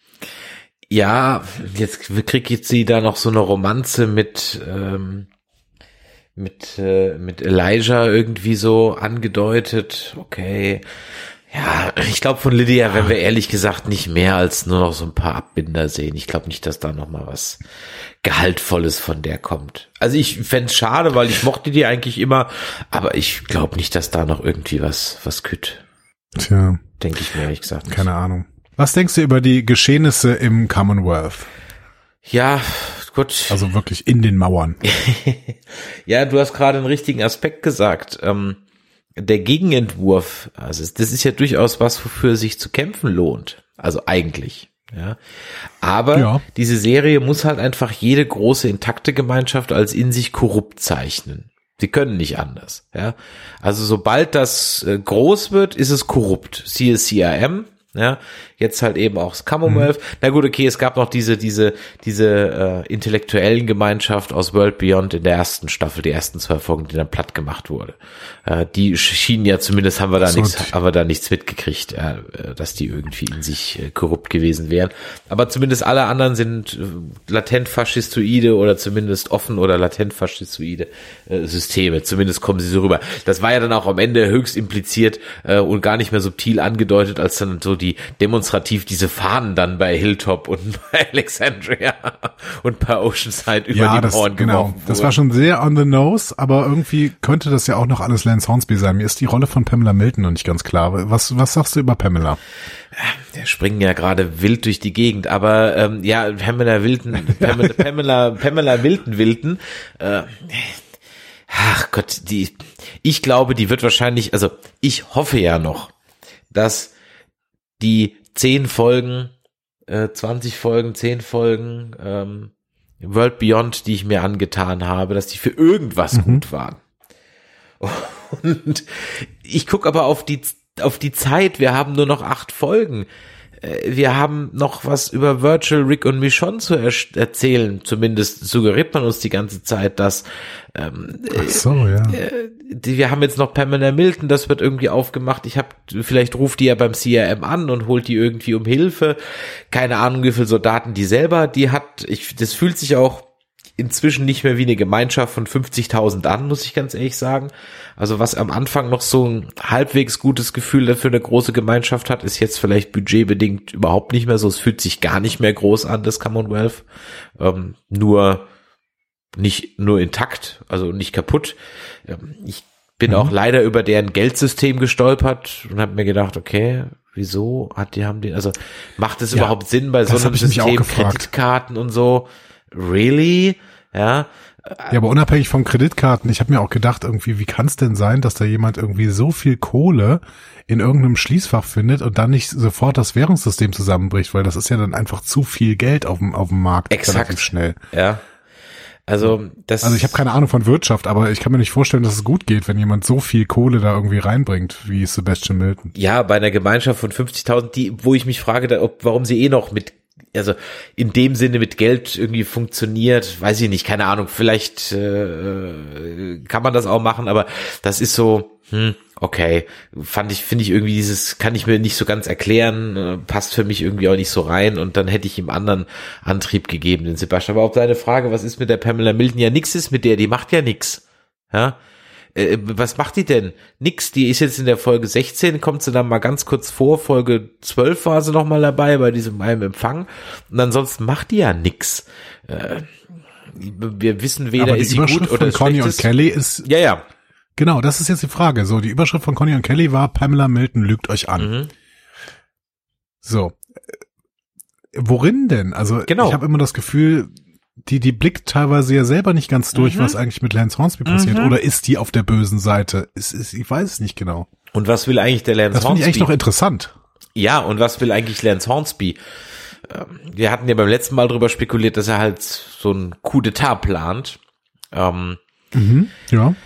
Ja, jetzt kriegt jetzt sie da noch so eine Romanze mit ähm, mit äh, mit Elijah irgendwie so angedeutet. Okay, ja, ich glaube von Lydia werden wir ehrlich gesagt nicht mehr als nur noch so ein paar Abbinder sehen. Ich glaube nicht, dass da noch mal was Gehaltvolles von der kommt. Also ich fände es schade, weil ich mochte die eigentlich immer, aber ich glaube nicht, dass da noch irgendwie was was kütt. Tja, denke ich mir ehrlich gesagt nicht. Keine Ahnung. Was denkst du über die Geschehnisse im Commonwealth? Ja, gut. Also wirklich in den Mauern. Ja, du hast gerade einen richtigen Aspekt gesagt. Ähm, der Gegenentwurf, also das ist ja durchaus was, wofür sich zu kämpfen lohnt. Also eigentlich. Ja. Aber ja. diese Serie muss halt einfach jede große intakte Gemeinschaft als in sich korrupt zeichnen. Sie können nicht anders. Ja. Also sobald das äh, groß wird, ist es korrupt. Siehe C R M. Ja, jetzt halt eben auch das Commonwealth. Mhm. Na gut, okay, es gab noch diese diese diese äh, intellektuellen Gemeinschaft aus World Beyond in der ersten Staffel, die ersten zwei Folgen, die dann platt gemacht wurde. Äh, die schienen ja zumindest, haben wir da so nichts, haben wir da nichts mitgekriegt, äh, dass die irgendwie in sich äh, korrupt gewesen wären. Aber zumindest alle anderen sind äh, latent faschistoide oder zumindest offen oder latent faschistoide äh, Systeme. Zumindest kommen sie so rüber. Das war ja dann auch am Ende höchst impliziert äh, und gar nicht mehr subtil angedeutet, als dann so die die demonstrativ diese Fahnen dann bei Hilltop und bei Alexandria und bei Oceanside über ja, die das, Mauern genau. geworfen wurden. Das war schon sehr on the nose, aber irgendwie könnte das ja auch noch alles Lance Hornsby sein. Mir ist die Rolle von Pamela Milton noch nicht ganz klar. Was, was sagst du über Pamela? Der springen ja gerade wild durch die Gegend, aber ähm, ja, Pamela Wilton, Pamela, Pamela, Pamela Wilton, Wilton, äh, ach Gott, die, ich glaube, die wird wahrscheinlich, also ich hoffe ja noch, dass die zehn Folgen, äh, zwanzig Folgen, zehn Folgen, ähm, World Beyond, die ich mir angetan habe, dass die für irgendwas mhm. gut waren. Und ich gucke aber auf die auf die Zeit, wir haben nur noch acht Folgen. Wir haben noch was über Virgil, Rick und Michonne zu er- erzählen. Zumindest suggeriert man uns die ganze Zeit, dass ähm, Ach so, ja. Äh, die, wir haben jetzt noch Pamela Milton, das wird irgendwie aufgemacht. Ich habe, vielleicht ruft die ja beim C R M an und holt die irgendwie um Hilfe. Keine Ahnung, wie viele Soldaten die selber die hat. Ich, das fühlt sich auch inzwischen nicht mehr wie eine Gemeinschaft von fünfzigtausend an, muss ich ganz ehrlich sagen. Also was am Anfang noch so ein halbwegs gutes Gefühl dafür eine große Gemeinschaft hat, ist jetzt vielleicht budgetbedingt überhaupt nicht mehr so. Es fühlt sich gar nicht mehr groß an, das Commonwealth. Ähm, nur nicht nur intakt, also nicht kaputt. Ähm, ich bin mhm. auch leider über deren Geldsystem gestolpert und habe mir gedacht, okay, wieso hat die haben die, also macht es ja, überhaupt Sinn bei so einem System, Kreditkarten und so? Really? Ja. Ja, aber unabhängig von Kreditkarten, ich habe mir auch gedacht, irgendwie, wie kann es denn sein, dass da jemand irgendwie so viel Kohle in irgendeinem Schließfach findet und dann nicht sofort das Währungssystem zusammenbricht, weil das ist ja dann einfach zu viel Geld auf dem auf dem Markt. Exakt. Relativ schnell. Ja. Also das. Also ich habe keine Ahnung von Wirtschaft, aber ich kann mir nicht vorstellen, dass es gut geht, wenn jemand so viel Kohle da irgendwie reinbringt, wie Sebastian Milton. Ja, bei einer Gemeinschaft von fünfzigtausend, die, wo ich mich frage, ob, warum sie eh noch mit also in dem Sinne mit Geld irgendwie funktioniert, weiß ich nicht, keine Ahnung, vielleicht äh, kann man das auch machen, aber das ist so, hm, okay, fand ich, finde ich irgendwie dieses, kann ich mir nicht so ganz erklären, äh, passt für mich irgendwie auch nicht so rein und dann hätte ich ihm anderen Antrieb gegeben, den Sebastian. Aber auf deine Frage, was ist mit der Pamela Milton? Ja, nix ist mit der, die macht ja nix, ja. Äh, was macht die denn? Nix, die ist jetzt in der Folge sechzehn, kommt sie dann mal ganz kurz vor, Folge zwölf war sie noch mal dabei bei diesem einem Empfang und ansonsten macht die ja nix. Äh, wir wissen weder, aber die ist sie Überschrift gut oder von Conny und schlechtes. Kelly ist, ja, ja. Genau, das ist jetzt die Frage. So, die Überschrift von Conny und Kelly war, Pamela Milton lügt euch an. Mhm. So. Worin denn? Also, genau. Ich habe immer das Gefühl, die, die blickt teilweise ja selber nicht ganz durch, mhm. was eigentlich mit Lance Hornsby passiert. Mhm. Oder ist die auf der bösen Seite? Ist, ist, ich weiß es nicht genau. Und was will eigentlich der Lance das Hornsby? Das finde ich eigentlich noch interessant. Ja, und was will eigentlich Lance Hornsby? Wir hatten ja beim letzten Mal drüber spekuliert, dass er halt so ein Coup d'etat plant. Ähm, mhm. Ja.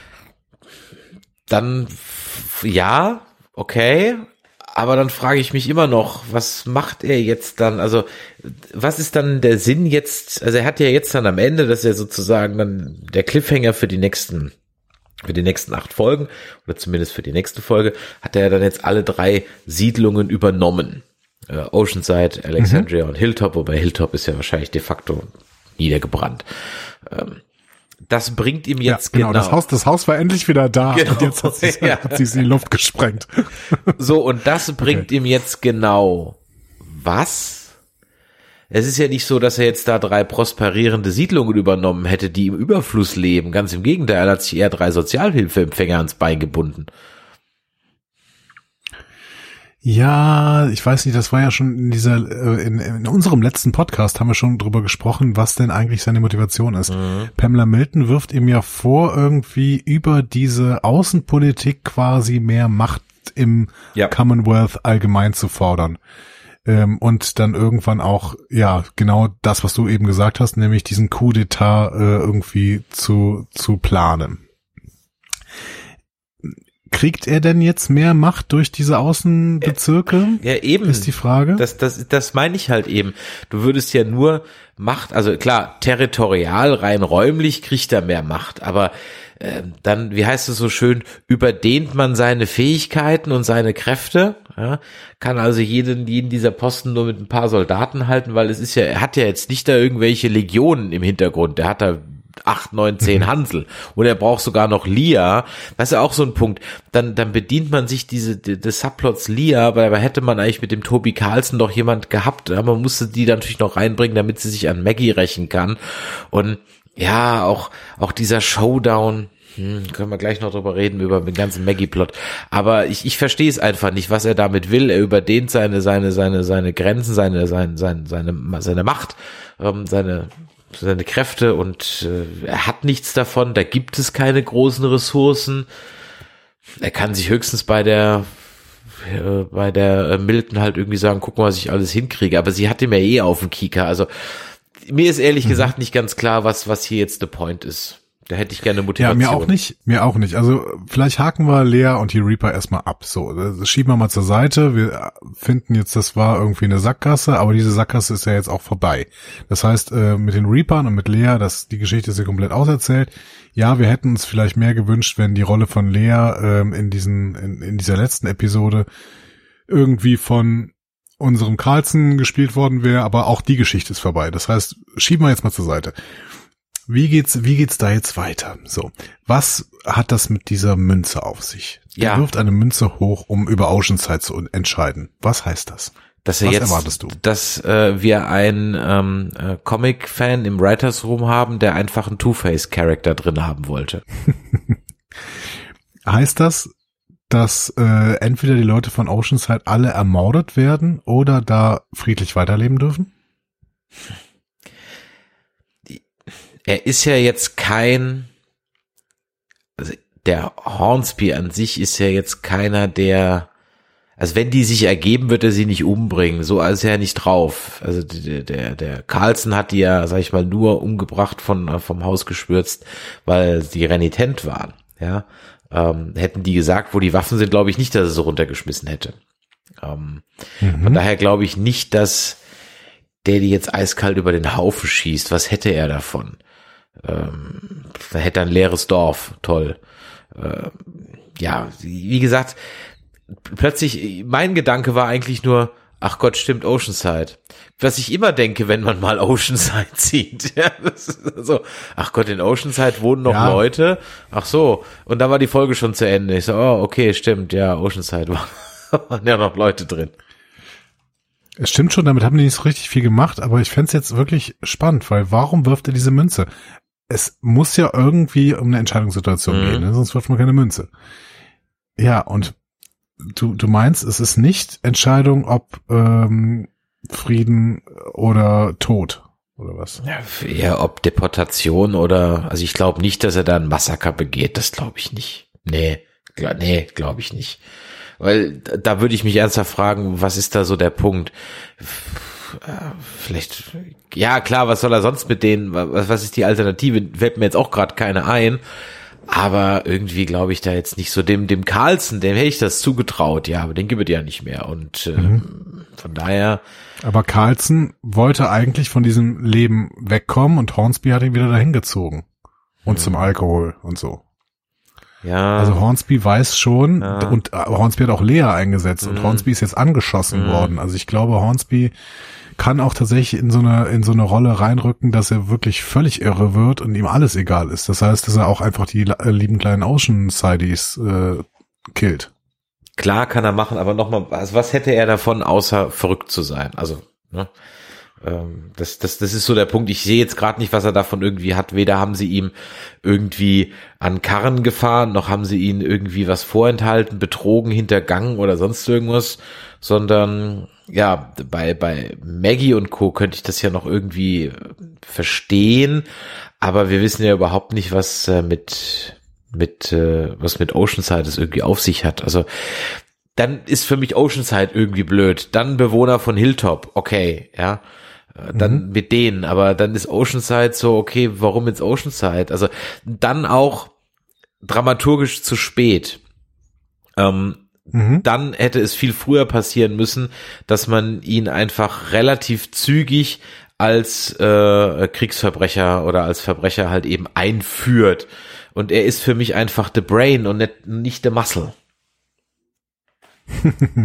Dann, ja, okay. Aber dann frage ich mich immer noch, was macht er jetzt dann? Also, was ist dann der Sinn jetzt? Also, er hat ja jetzt dann am Ende, dass er sozusagen dann der Cliffhanger für die nächsten, für die nächsten acht Folgen, oder zumindest für die nächste Folge, hat er dann jetzt alle drei Siedlungen übernommen. Äh, Oceanside, Alexandria mhm. und Hilltop, wobei Hilltop ist ja wahrscheinlich de facto niedergebrannt. Ähm, Das bringt ihm jetzt ja, genau, genau. Das Haus, das Haus war endlich wieder da genau. und jetzt hat sie ja. es in die Luft gesprengt. So, und das bringt okay. ihm jetzt genau was? Es ist ja nicht so, dass er jetzt da drei prosperierende Siedlungen übernommen hätte, die im Überfluss leben. Ganz im Gegenteil, er hat sich eher drei Sozialhilfeempfänger ans Bein gebunden. Ja, ich weiß nicht, das war ja schon in dieser, in, in unserem letzten Podcast haben wir schon drüber gesprochen, was denn eigentlich seine Motivation ist. Mhm. Pamela Milton wirft ihm ja vor, irgendwie über diese Außenpolitik quasi mehr Macht im ja. Commonwealth allgemein zu fordern. Ähm, und dann irgendwann auch, ja, genau das, was du eben gesagt hast, nämlich diesen Coup d'etat äh, irgendwie zu, zu planen. Kriegt er denn jetzt mehr Macht durch diese Außenbezirke? Ja, eben. Ist die Frage. Das, das, das meine ich halt eben. Du würdest ja nur Macht, also klar, territorial, rein räumlich kriegt er mehr Macht, aber äh, dann, wie heißt es so schön, überdehnt man seine Fähigkeiten und seine Kräfte, ja, kann also jeden, jeden dieser Posten nur mit ein paar Soldaten halten, weil es ist ja, er hat ja jetzt nicht da irgendwelche Legionen im Hintergrund, der hat da acht, neun, zehn Hansel. Und er braucht sogar noch Lia. Das ist ja auch so ein Punkt. Dann, dann bedient man sich diese, des Subplots Lia, aber dabei hätte man eigentlich mit dem Toby Carlson doch jemand gehabt. Ja, man musste die dann natürlich noch reinbringen, damit sie sich an Maggie rächen kann. Und ja, auch, auch dieser Showdown, hm, können wir gleich noch drüber reden, über den ganzen Maggie-Plot. Aber ich, ich verstehe es einfach nicht, was er damit will. Er überdehnt seine, seine, seine, seine Grenzen, seine, seine, seine, seine, seine Macht, ähm, seine, seine Kräfte und äh, er hat nichts davon. Da gibt es keine großen Ressourcen. Er kann sich höchstens bei der, äh, bei der äh, Milton halt irgendwie sagen, guck mal, was ich alles hinkriege. Aber sie hat ihm ja eh auf den Kieker. Also, mir ist ehrlich mhm. gesagt nicht ganz klar, was, was hier jetzt the point ist. Da hätte ich gerne Motivation. Ja, mir auch nicht, mir auch nicht. Also vielleicht haken wir Lea und die Reaper erstmal ab. So, das schieben wir mal zur Seite. Wir finden jetzt, das war irgendwie eine Sackgasse, aber diese Sackgasse ist ja jetzt auch vorbei. Das heißt, mit den Reapern und mit Lea, das, die Geschichte ist ja komplett auserzählt. Ja, wir hätten uns vielleicht mehr gewünscht, wenn die Rolle von Lea ähm, in diesen, in, in dieser letzten Episode irgendwie von unserem Carlson gespielt worden wäre, aber auch die Geschichte ist vorbei. Das heißt, schieben wir jetzt mal zur Seite. Wie geht's, wie geht's da jetzt weiter? So. Was hat das mit dieser Münze auf sich? Ja. Er wirft eine Münze hoch, um über Oceanside zu entscheiden. Was heißt das? Dass er Was jetzt, erwartest du? Dass äh, wir einen ähm, äh, Comic-Fan im Writers Room haben, der einfach einen Two-Face-Charakter drin haben wollte. Heißt das, dass äh, entweder die Leute von Oceanside alle ermordet werden oder da friedlich weiterleben dürfen? Er ist ja jetzt kein, also der Hornsby an sich ist ja jetzt keiner, der, also wenn die sich ergeben, wird er sie nicht umbringen, so ist er ja nicht drauf. Also der, der, der Carlson hat die ja, sag ich mal, nur umgebracht, von vom Haus gestürzt, weil die renitent waren, ja. Ähm, hätten die gesagt, wo die Waffen sind, glaube ich nicht, dass er sie runtergeschmissen hätte. Ähm, mhm. Von daher glaube ich nicht, dass der die jetzt eiskalt über den Haufen schießt. Was hätte er davon? Ähm, da hätte er ein leeres Dorf. Toll. Äh, ja, wie gesagt, plötzlich, mein Gedanke war eigentlich nur, ach Gott, stimmt, Oceanside. Was ich immer denke, wenn man mal Oceanside sieht. Ja, das ist so, ach Gott, in Oceanside wohnen noch ja. Leute. Ach so. Und dann war die Folge schon zu Ende. Ich so, oh, okay, stimmt, ja, Oceanside war, waren ja noch Leute drin. Es stimmt schon, damit haben die nicht so richtig viel gemacht, aber ich fänd's jetzt wirklich spannend, weil warum wirft er diese Münze? Es muss ja irgendwie um eine Entscheidungssituation mhm. gehen, ne? Sonst wirft man keine Münze. Ja, und du du meinst, es ist nicht Entscheidung, ob ähm, Frieden oder Tod oder was? Ja, ja, ob Deportation oder, also ich glaube nicht, dass er da ein Massaker begeht, das glaube ich nicht. Nee, glaub, nee, glaube ich nicht. Weil da würde ich mich ernsthaft fragen, was ist da so der Punkt? Vielleicht, ja klar, was soll er sonst mit denen, was, was ist die Alternative? Fällt mir jetzt auch gerade keine ein, aber irgendwie glaube ich da jetzt nicht so, dem dem Carlson, dem hätte ich das zugetraut, ja, aber den gibt es ja nicht mehr und äh, mhm. von daher. Aber Carlson wollte eigentlich von diesem Leben wegkommen und Hornsby hat ihn wieder dahin gezogen und mhm. zum Alkohol und so. Ja. Also Hornsby weiß schon ja. und Hornsby hat auch Lea eingesetzt mhm. und Hornsby ist jetzt angeschossen mhm. worden. Also ich glaube, Hornsby kann auch tatsächlich in so eine in so eine Rolle reinrücken, dass er wirklich völlig irre wird und ihm alles egal ist. Das heißt, dass er auch einfach die äh, lieben kleinen Oceansides äh, killt. Klar kann er machen, aber nochmal, also was hätte er davon, außer verrückt zu sein? Also, ne? Das, das, das ist so der Punkt. Ich sehe jetzt gerade nicht, was er davon irgendwie hat. Weder haben sie ihm irgendwie an Karren gefahren, noch haben sie ihn irgendwie was vorenthalten, betrogen, hintergangen oder sonst irgendwas, sondern ja, bei, bei Maggie und Co. könnte ich das ja noch irgendwie verstehen, aber wir wissen ja überhaupt nicht, was äh, mit, mit, äh, was mit Oceanside es irgendwie auf sich hat. Also, dann ist für mich Oceanside irgendwie blöd. Dann Bewohner von Hilltop, okay, ja. Dann mhm. mit denen, aber dann ist Oceanside so, okay, warum jetzt Oceanside? Also dann auch dramaturgisch zu spät. Ähm, mhm. Dann hätte es viel früher passieren müssen, dass man ihn einfach relativ zügig als äh, Kriegsverbrecher oder als Verbrecher halt eben einführt. Und er ist für mich einfach the brain und nicht, nicht the muscle.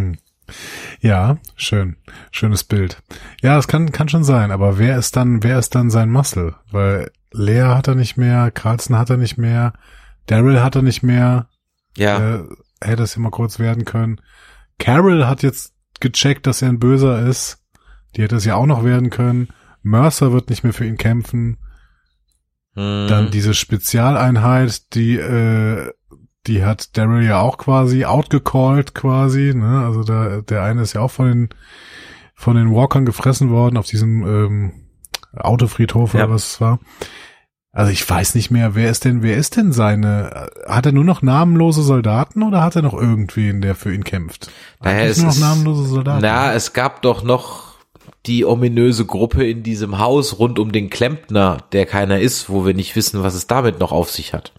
Ja, schön. Schönes Bild. Ja, es kann, kann schon sein, aber wer ist dann, wer ist dann sein Muscle? Weil Lea hat er nicht mehr, Carlson hat er nicht mehr, Daryl hat er nicht mehr. Ja. Äh, hätte es ja mal kurz werden können. Carol hat jetzt gecheckt, dass er ein Böser ist. Die hätte es ja auch noch werden können. Mercer wird nicht mehr für ihn kämpfen. Hm. Dann diese Spezialeinheit, die, äh, die hat Daryl ja auch quasi outgecallt quasi, ne? Also da, der eine ist ja auch von den, von den Walkern gefressen worden auf diesem, ähm, Autofriedhof ja. oder was es war. Also ich weiß nicht mehr, wer ist denn, wer ist denn seine, hat er nur noch namenlose Soldaten oder hat er noch irgendwen, der für ihn kämpft? Naja, es nur noch ist, namenlose Soldaten. Na, es gab doch noch die ominöse Gruppe in diesem Haus rund um den Klempner, der keiner ist, wo wir nicht wissen, was es damit noch auf sich hat.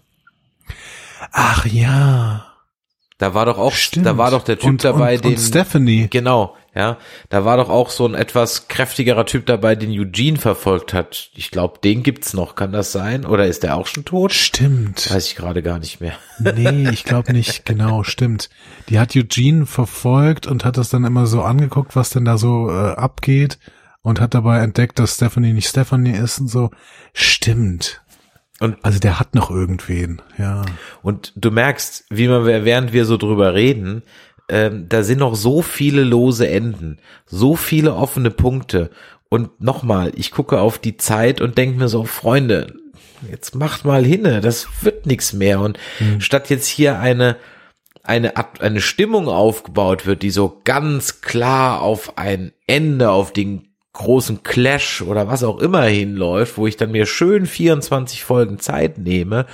Ach ja. Da war doch auch, Stimmt. da war doch der Typ und, dabei, und, den, und Stephanie. Genau, ja, da war doch auch so ein etwas kräftigerer Typ dabei, den Eugene verfolgt hat. Ich glaube, den gibt's noch, kann das sein? Oder ist der auch schon tot? Stimmt. Weiß ich gerade gar nicht mehr. Nee, ich glaube nicht, genau, stimmt. Die hat Eugene verfolgt und hat das dann immer so angeguckt, was denn da so äh, abgeht und hat dabei entdeckt, dass Stephanie nicht Stephanie ist und so. Stimmt. Und also der hat noch irgendwen, ja. Und du merkst, wie man, während wir so drüber reden, ähm, da sind noch so viele lose Enden, so viele offene Punkte. Und nochmal, ich gucke auf die Zeit und denke mir so, Freunde, jetzt macht mal hinne, das wird nichts mehr. Und mhm. statt jetzt hier eine, eine, eine Stimmung aufgebaut wird, die so ganz klar auf ein Ende, auf den großen Clash oder was auch immer hinläuft, wo ich dann mir schön vierundzwanzig Folgen Zeit nehme.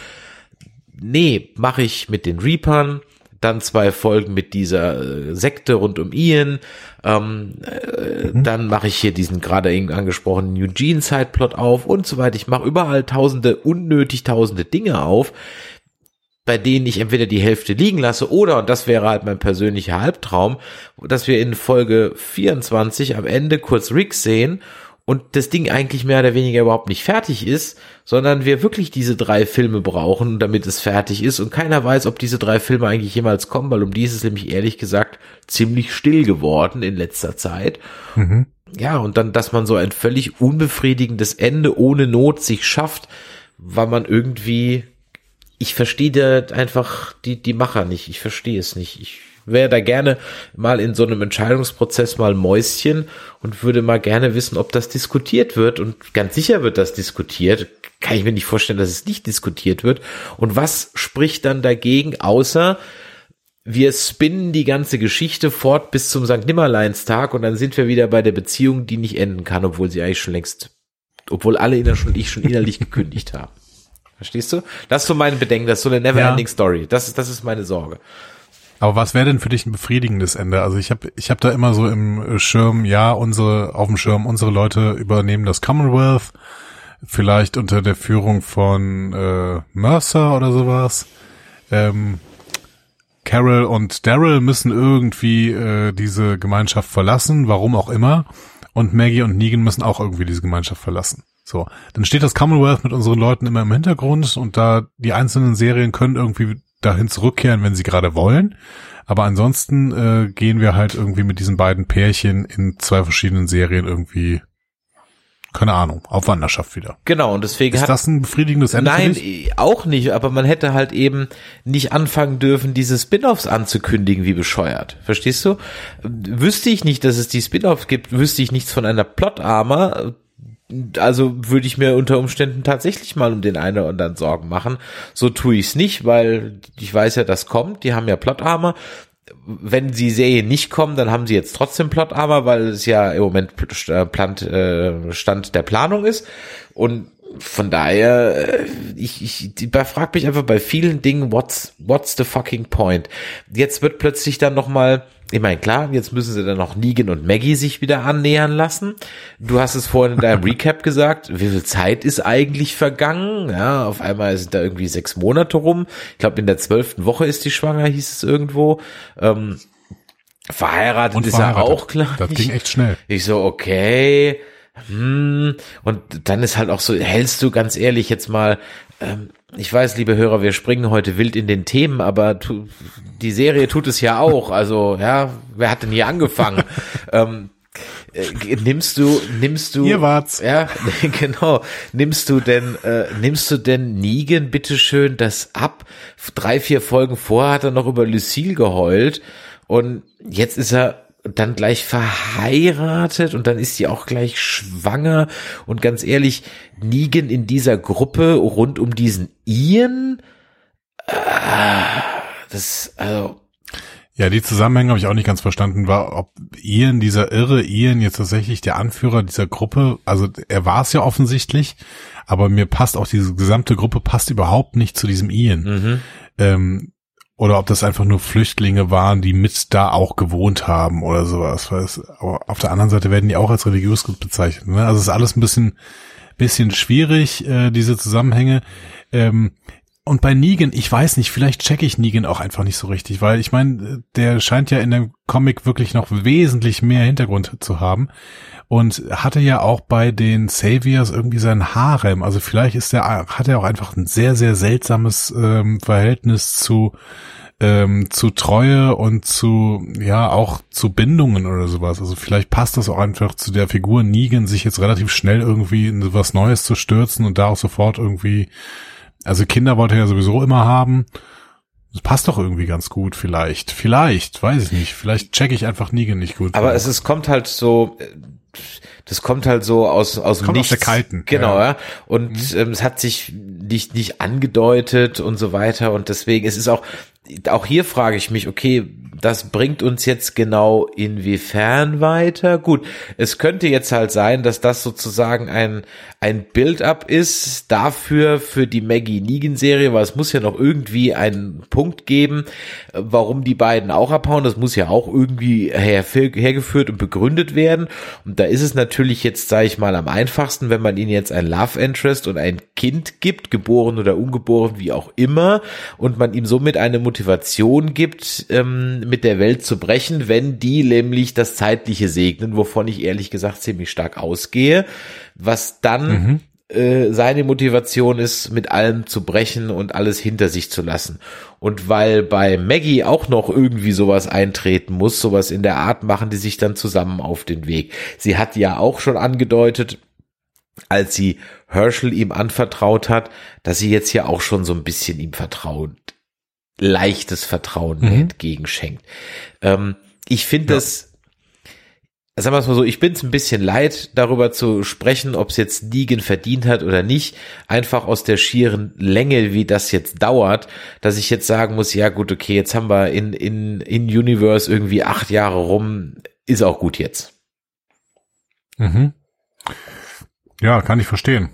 Nee, mache ich mit den Reapern, dann zwei Folgen mit dieser äh, Sekte rund um Ian, ähm, äh, mhm. dann mache ich hier diesen gerade eben angesprochenen Eugene-Sideplot auf und so weiter. Ich mache überall tausende, unnötig tausende Dinge auf, bei denen ich entweder die Hälfte liegen lasse oder, und das wäre halt mein persönlicher Albtraum, dass wir in Folge vierundzwanzig am Ende kurz Rick sehen und das Ding eigentlich mehr oder weniger überhaupt nicht fertig ist, sondern wir wirklich diese drei Filme brauchen, damit es fertig ist und keiner weiß, ob diese drei Filme eigentlich jemals kommen, weil um die ist es nämlich ehrlich gesagt ziemlich still geworden in letzter Zeit. Mhm. Ja, und dann, dass man so ein völlig unbefriedigendes Ende ohne Not sich schafft, weil man irgendwie... Ich verstehe da einfach die, die Macher nicht. Ich verstehe es nicht. Ich wäre da gerne mal in so einem Entscheidungsprozess mal Mäuschen und würde mal gerne wissen, ob das diskutiert wird. Und ganz sicher wird das diskutiert. Kann ich mir nicht vorstellen, dass es nicht diskutiert wird. Und was spricht dann dagegen, außer wir spinnen die ganze Geschichte fort bis zum Sankt Nimmerleinstag und dann sind wir wieder bei der Beziehung, die nicht enden kann, obwohl sie eigentlich schon längst, obwohl alle innerlich schon, ich schon innerlich gekündigt haben. Verstehst du? Das ist so mein Bedenken, das ist so eine never-ending ja. Story. Das ist, das ist meine Sorge. Aber was wäre denn für dich ein befriedigendes Ende? Also ich habe ich hab da immer so im Schirm, ja, unsere auf dem Schirm, unsere Leute übernehmen das Commonwealth, vielleicht unter der Führung von äh, Mercer oder sowas. Ähm, Carol und Daryl müssen irgendwie äh, diese Gemeinschaft verlassen, warum auch immer. Und Maggie und Negan müssen auch irgendwie diese Gemeinschaft verlassen. So, dann steht das Commonwealth mit unseren Leuten immer im Hintergrund und da die einzelnen Serien können irgendwie dahin zurückkehren, wenn sie gerade wollen. Aber ansonsten äh, gehen wir halt irgendwie mit diesen beiden Pärchen in zwei verschiedenen Serien irgendwie, keine Ahnung, auf Wanderschaft wieder. Genau, und deswegen ist hat, das ein befriedigendes Ende? Nein, auch nicht, aber man hätte halt eben nicht anfangen dürfen, diese Spin-offs anzukündigen, wie bescheuert. Verstehst du? Wüsste ich nicht, dass es die Spin-offs gibt, wüsste ich nichts von einer Plot-Armor. Also würde ich mir unter Umständen tatsächlich mal um den einen oder anderen Sorgen machen. So tue ich es nicht, weil ich weiß ja, das kommt. Die haben ja Plot-Armor. Wenn die Serien nicht kommen, dann haben sie jetzt trotzdem Plot-Armor, weil es ja im Moment Stand der Planung ist. Und von daher, ich, ich, ich frage mich einfach bei vielen Dingen, what's, what's the fucking point? Jetzt wird plötzlich dann nochmal, ich meine, klar, jetzt müssen sie dann noch Negan und Maggie sich wieder annähern lassen. Du hast es vorhin in deinem Recap gesagt, wie viel Zeit ist eigentlich vergangen? Ja, auf einmal sind da irgendwie sechs Monate rum. Ich glaube, in der zwölften Woche ist die schwanger, hieß es irgendwo. Ähm, verheiratet und ist verheiratet. Ja auch klar. Das ging echt schnell. Ich so, okay, hm, und dann ist halt auch so, hältst du ganz ehrlich jetzt mal, ähm, ich weiß, liebe Hörer, wir springen heute wild in den Themen, aber tu, die Serie tut es ja auch, also ja, wer hat denn hier angefangen? ähm, äh, nimmst du, nimmst du, Ihr wart's. Ja, genau, nimmst du denn, äh, nimmst du denn Negan bitteschön das ab? Drei, vier Folgen vorher hat er noch über Lucille geheult und jetzt ist er dann gleich verheiratet und dann ist sie auch gleich schwanger und ganz ehrlich, Negan in dieser Gruppe rund um diesen Ian, äh, das, also. Ja, die Zusammenhänge habe ich auch nicht ganz verstanden, war, ob Ian, dieser irre Ian, jetzt tatsächlich der Anführer dieser Gruppe, also er war es ja offensichtlich, aber mir passt auch diese gesamte Gruppe, passt überhaupt nicht zu diesem Ian. Mhm. Ähm, Oder ob das einfach nur Flüchtlinge waren, die mit da auch gewohnt haben oder sowas. Aber auf der anderen Seite werden die auch als religiös bezeichnet. Ne? Also es ist alles ein bisschen, bisschen schwierig, äh, diese Zusammenhänge. Ähm, und bei Negan, ich weiß nicht, vielleicht checke ich Negan auch einfach nicht so richtig, weil ich meine, der scheint ja in dem Comic wirklich noch wesentlich mehr Hintergrund zu haben. Und hatte ja auch bei den Saviors irgendwie sein Harem. Also vielleicht ist der, hat er auch einfach ein sehr, sehr seltsames ähm, Verhältnis zu ähm, zu Treue und zu, ja, auch zu Bindungen oder sowas. Also vielleicht passt das auch einfach zu der Figur Negan, sich jetzt relativ schnell irgendwie in was Neues zu stürzen und da auch sofort irgendwie, also Kinder wollte er ja sowieso immer haben. Das passt doch irgendwie ganz gut, vielleicht. Vielleicht, weiß ich nicht. Vielleicht checke ich einfach Negan nicht gut. Aber es, es kommt halt so, das kommt halt so aus aus kommt nichts. Aus der Kalten. Genau, ja. ja. Und mhm. ähm, es hat sich nicht nicht angedeutet und so weiter und deswegen, es ist auch, auch hier frage ich mich, okay, das bringt uns jetzt genau inwiefern weiter? Gut, es könnte jetzt halt sein, dass das sozusagen ein ein Build-up ist dafür, für die Maggie Negan-Serie, weil es muss ja noch irgendwie einen Punkt geben, warum die beiden auch abhauen. Das muss ja auch irgendwie her, hergeführt und begründet werden. Und da ist es natürlich jetzt, sage ich mal, am einfachsten, wenn man ihnen jetzt ein Love Interest und ein Kind gibt, geboren oder ungeboren, wie auch immer, und man ihm somit eine Motivation gibt, ähm, mit der Welt zu brechen, wenn die nämlich das Zeitliche segnen, wovon ich ehrlich gesagt ziemlich stark ausgehe, was dann mhm. äh, seine Motivation ist, mit allem zu brechen und alles hinter sich zu lassen. Und weil bei Maggie auch noch irgendwie sowas eintreten muss, sowas in der Art, machen die sich dann zusammen auf den Weg. Sie hat ja auch schon angedeutet, als sie Herschel ihm anvertraut hat, dass sie jetzt ja auch schon so ein bisschen ihm vertraut, leichtes Vertrauen mhm. entgegenschenkt. Ähm, ich finde es, ja. sagen wir es mal so, ich bin es ein bisschen leid, darüber zu sprechen, ob es jetzt Negan verdient hat oder nicht, einfach aus der schieren Länge, wie das jetzt dauert, dass ich jetzt sagen muss, ja gut, okay, jetzt haben wir in in in Universe irgendwie acht Jahre rum, ist auch gut jetzt. Mhm. Ja, kann ich verstehen.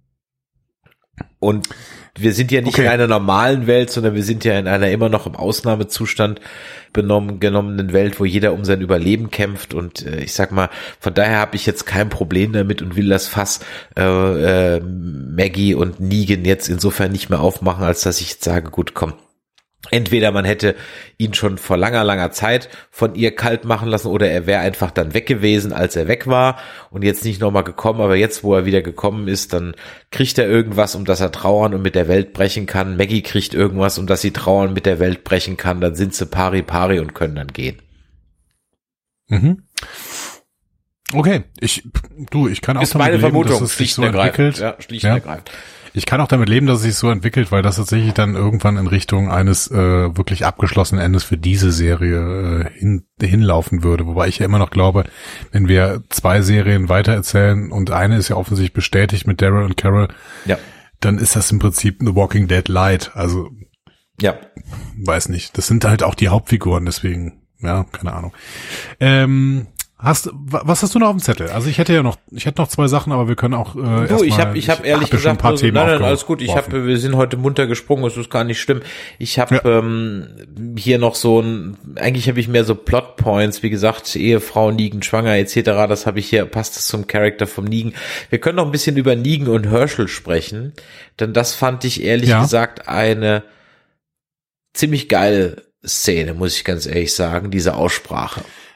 Und wir sind ja nicht okay. in einer normalen Welt, sondern wir sind ja in einer immer noch im Ausnahmezustand benommen, genommenen Welt, wo jeder um sein Überleben kämpft. Und äh, ich sag mal, von daher habe ich jetzt kein Problem damit und will das Fass äh, äh, Maggie und Negan jetzt insofern nicht mehr aufmachen, als dass ich jetzt sage, gut, komm. Entweder man hätte ihn schon vor langer, langer Zeit von ihr kalt machen lassen oder er wäre einfach dann weg gewesen, als er weg war und jetzt nicht nochmal gekommen, aber jetzt, wo er wieder gekommen ist, dann kriegt er irgendwas, um das er trauern und mit der Welt brechen kann. Maggie kriegt irgendwas, um das sie trauern und mit der Welt brechen kann. Dann sind sie pari pari und können dann gehen. Mhm. Okay, ich, du, ich kann auch ist meine leben, Vermutung, dass es sich so schlicht entwickelt. Ja, schlicht und ergreifend. Ich kann auch damit leben, dass es sich so entwickelt, weil das tatsächlich dann irgendwann in Richtung eines äh, wirklich abgeschlossenen Endes für diese Serie äh, hin, hinlaufen würde. Wobei ich ja immer noch glaube, wenn wir zwei Serien weitererzählen und eine ist ja offensichtlich bestätigt mit Daryl und Carol, ja. dann ist das im Prinzip The Walking Dead Light. Also, ja, weiß nicht. Das sind halt auch die Hauptfiguren, deswegen, ja, keine Ahnung. Ähm, Hast, was hast du noch auf dem Zettel? Also ich hätte ja noch, ich hätte noch zwei Sachen, aber wir können auch. Äh, du, ich habe, ich habe ehrlich hab gesagt, ein paar also, Themen nein, nein, alles gut. Ich habe, wir sind heute munter gesprungen, es ist gar nicht schlimm. Ich habe ja. ähm, hier noch so ein, eigentlich habe ich mehr so Plotpoints, wie gesagt, Ehefrau Negan schwanger et cetera. Das habe ich hier, passt das zum Charakter vom Negan. Wir können noch ein bisschen über Negan und Herschel sprechen, denn das fand ich ehrlich ja. gesagt eine ziemlich geile Szene, muss ich ganz ehrlich sagen, diese Aussprache.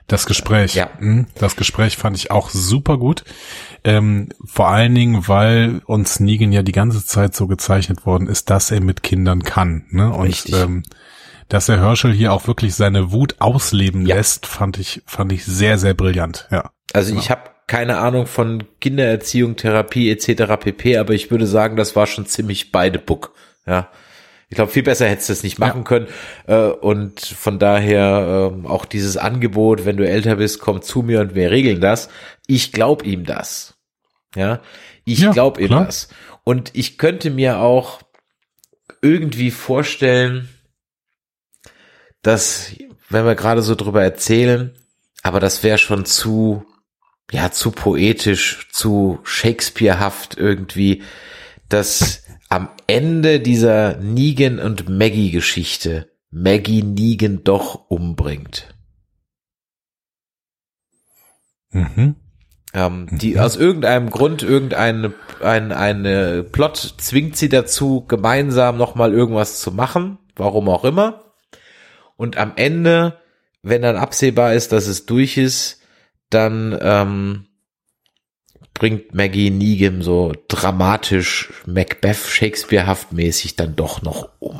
Das Gespräch, ja. Das Gespräch fand ich auch super gut. Ähm, vor allen Dingen, weil uns Negan ja die ganze Zeit so gezeichnet worden ist, dass er mit Kindern kann. Ne? Und ähm, dass er Herschel hier auch wirklich seine Wut ausleben ja. lässt, fand ich fand ich sehr, sehr brillant. Ja. Also genau. ich habe keine Ahnung von Kindererziehung, Therapie et cetera pp., aber ich würde sagen, das war schon ziemlich beide Book. Ja. Ich glaube, viel besser hättest du es nicht machen ja. können. Äh, und von daher äh, auch dieses Angebot, wenn du älter bist, komm zu mir und wir regeln das. Ich glaube ihm das. Ja, ich ja, glaube ihm klar. das. Und ich könnte mir auch irgendwie vorstellen, dass, wenn wir gerade so drüber erzählen, aber das wäre schon zu, ja, zu poetisch, zu Shakespearehaft irgendwie, dass am Ende dieser Negan und Maggie Geschichte Maggie Negan doch umbringt. Mhm. Ähm, die mhm. aus irgendeinem Grund, irgendeine ein, eine Plot zwingt sie dazu, gemeinsam nochmal irgendwas zu machen, warum auch immer. Und am Ende, wenn dann absehbar ist, dass es durch ist, dann ähm, bringt Maggie Negan so dramatisch Macbeth Shakespearehaft mäßig dann doch noch um.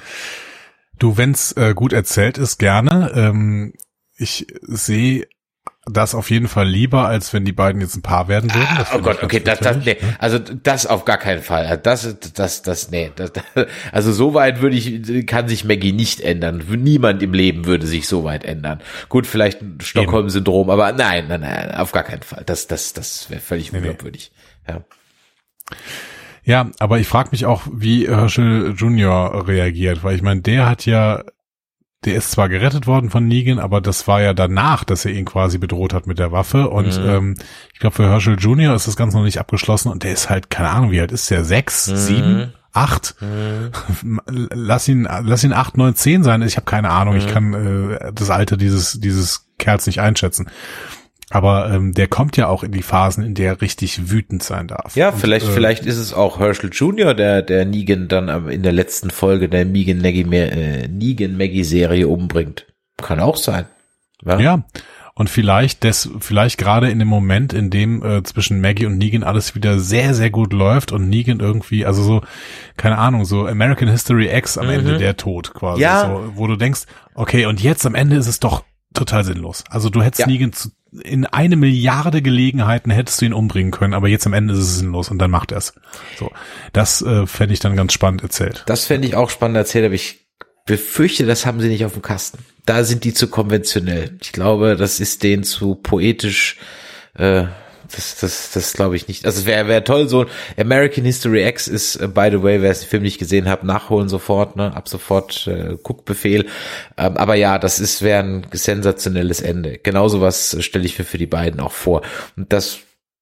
Du, wenn's äh, gut erzählt ist, gerne. Ähm, ich sehe das auf jeden Fall lieber, als wenn die beiden jetzt ein Paar werden würden. Das ah, oh Gott, okay, das, das, nee, also das auf gar keinen Fall. Das, das, das, nee, das, also so weit würde ich, kann sich Maggie nicht ändern. Niemand im Leben würde sich so weit ändern. Gut, vielleicht ein Stockholm-Syndrom, aber nein, nein, nein, auf gar keinen Fall. Das, das, das wäre völlig unglaubwürdig. Nee, nee. Ja. Ja, aber ich frage mich auch, wie Herschel Junior reagiert, weil ich meine, der hat ja Der ist zwar gerettet worden von Negan, aber das war ja danach, dass er ihn quasi bedroht hat mit der Waffe. Und mhm. ähm, ich glaube, für Herschel Junior ist das Ganze noch nicht abgeschlossen. Und der ist halt, keine Ahnung, wie alt ist der? Sechs, mhm. sieben, acht? Mhm. Lass ihn, lass ihn acht, neun, zehn sein. Ich habe keine Ahnung. Mhm. Ich kann äh, das Alter dieses dieses Kerls nicht einschätzen. Aber ähm, der kommt ja auch in die Phasen, in der er richtig wütend sein darf. Ja, und, vielleicht äh, vielleicht ist es auch Herschel Junior, der der Negan dann in der letzten Folge der Negan Maggie äh, Negan Maggie Serie umbringt. Kann auch sein. Ja, ja. Und vielleicht des vielleicht gerade in dem Moment, in dem äh, zwischen Maggie und Negan alles wieder sehr sehr gut läuft und Negan irgendwie, also so, keine Ahnung, so American History X am mhm. Ende der Tod quasi, ja. so, wo du denkst, okay, und jetzt am Ende ist es doch total sinnlos. Also du hättest ja. Negan zu in eine Milliarde Gelegenheiten hättest du ihn umbringen können, aber jetzt am Ende ist es sinnlos und dann macht er es. So, das äh, fände ich dann ganz spannend erzählt. Das fände ich auch spannend erzählt, aber ich befürchte, das haben sie nicht auf dem Kasten. Da sind die zu konventionell. Ich glaube, das ist denen zu poetisch. Äh, das, das, das glaube ich nicht. Also es wäre wär toll, so American History X ist, uh, by the way, wer den Film nicht gesehen hat, nachholen sofort, ne, ab sofort äh, Guckbefehl. Ähm, aber ja, das ist wäre ein sensationelles Ende. Genauso was stelle ich mir für die beiden auch vor. Und das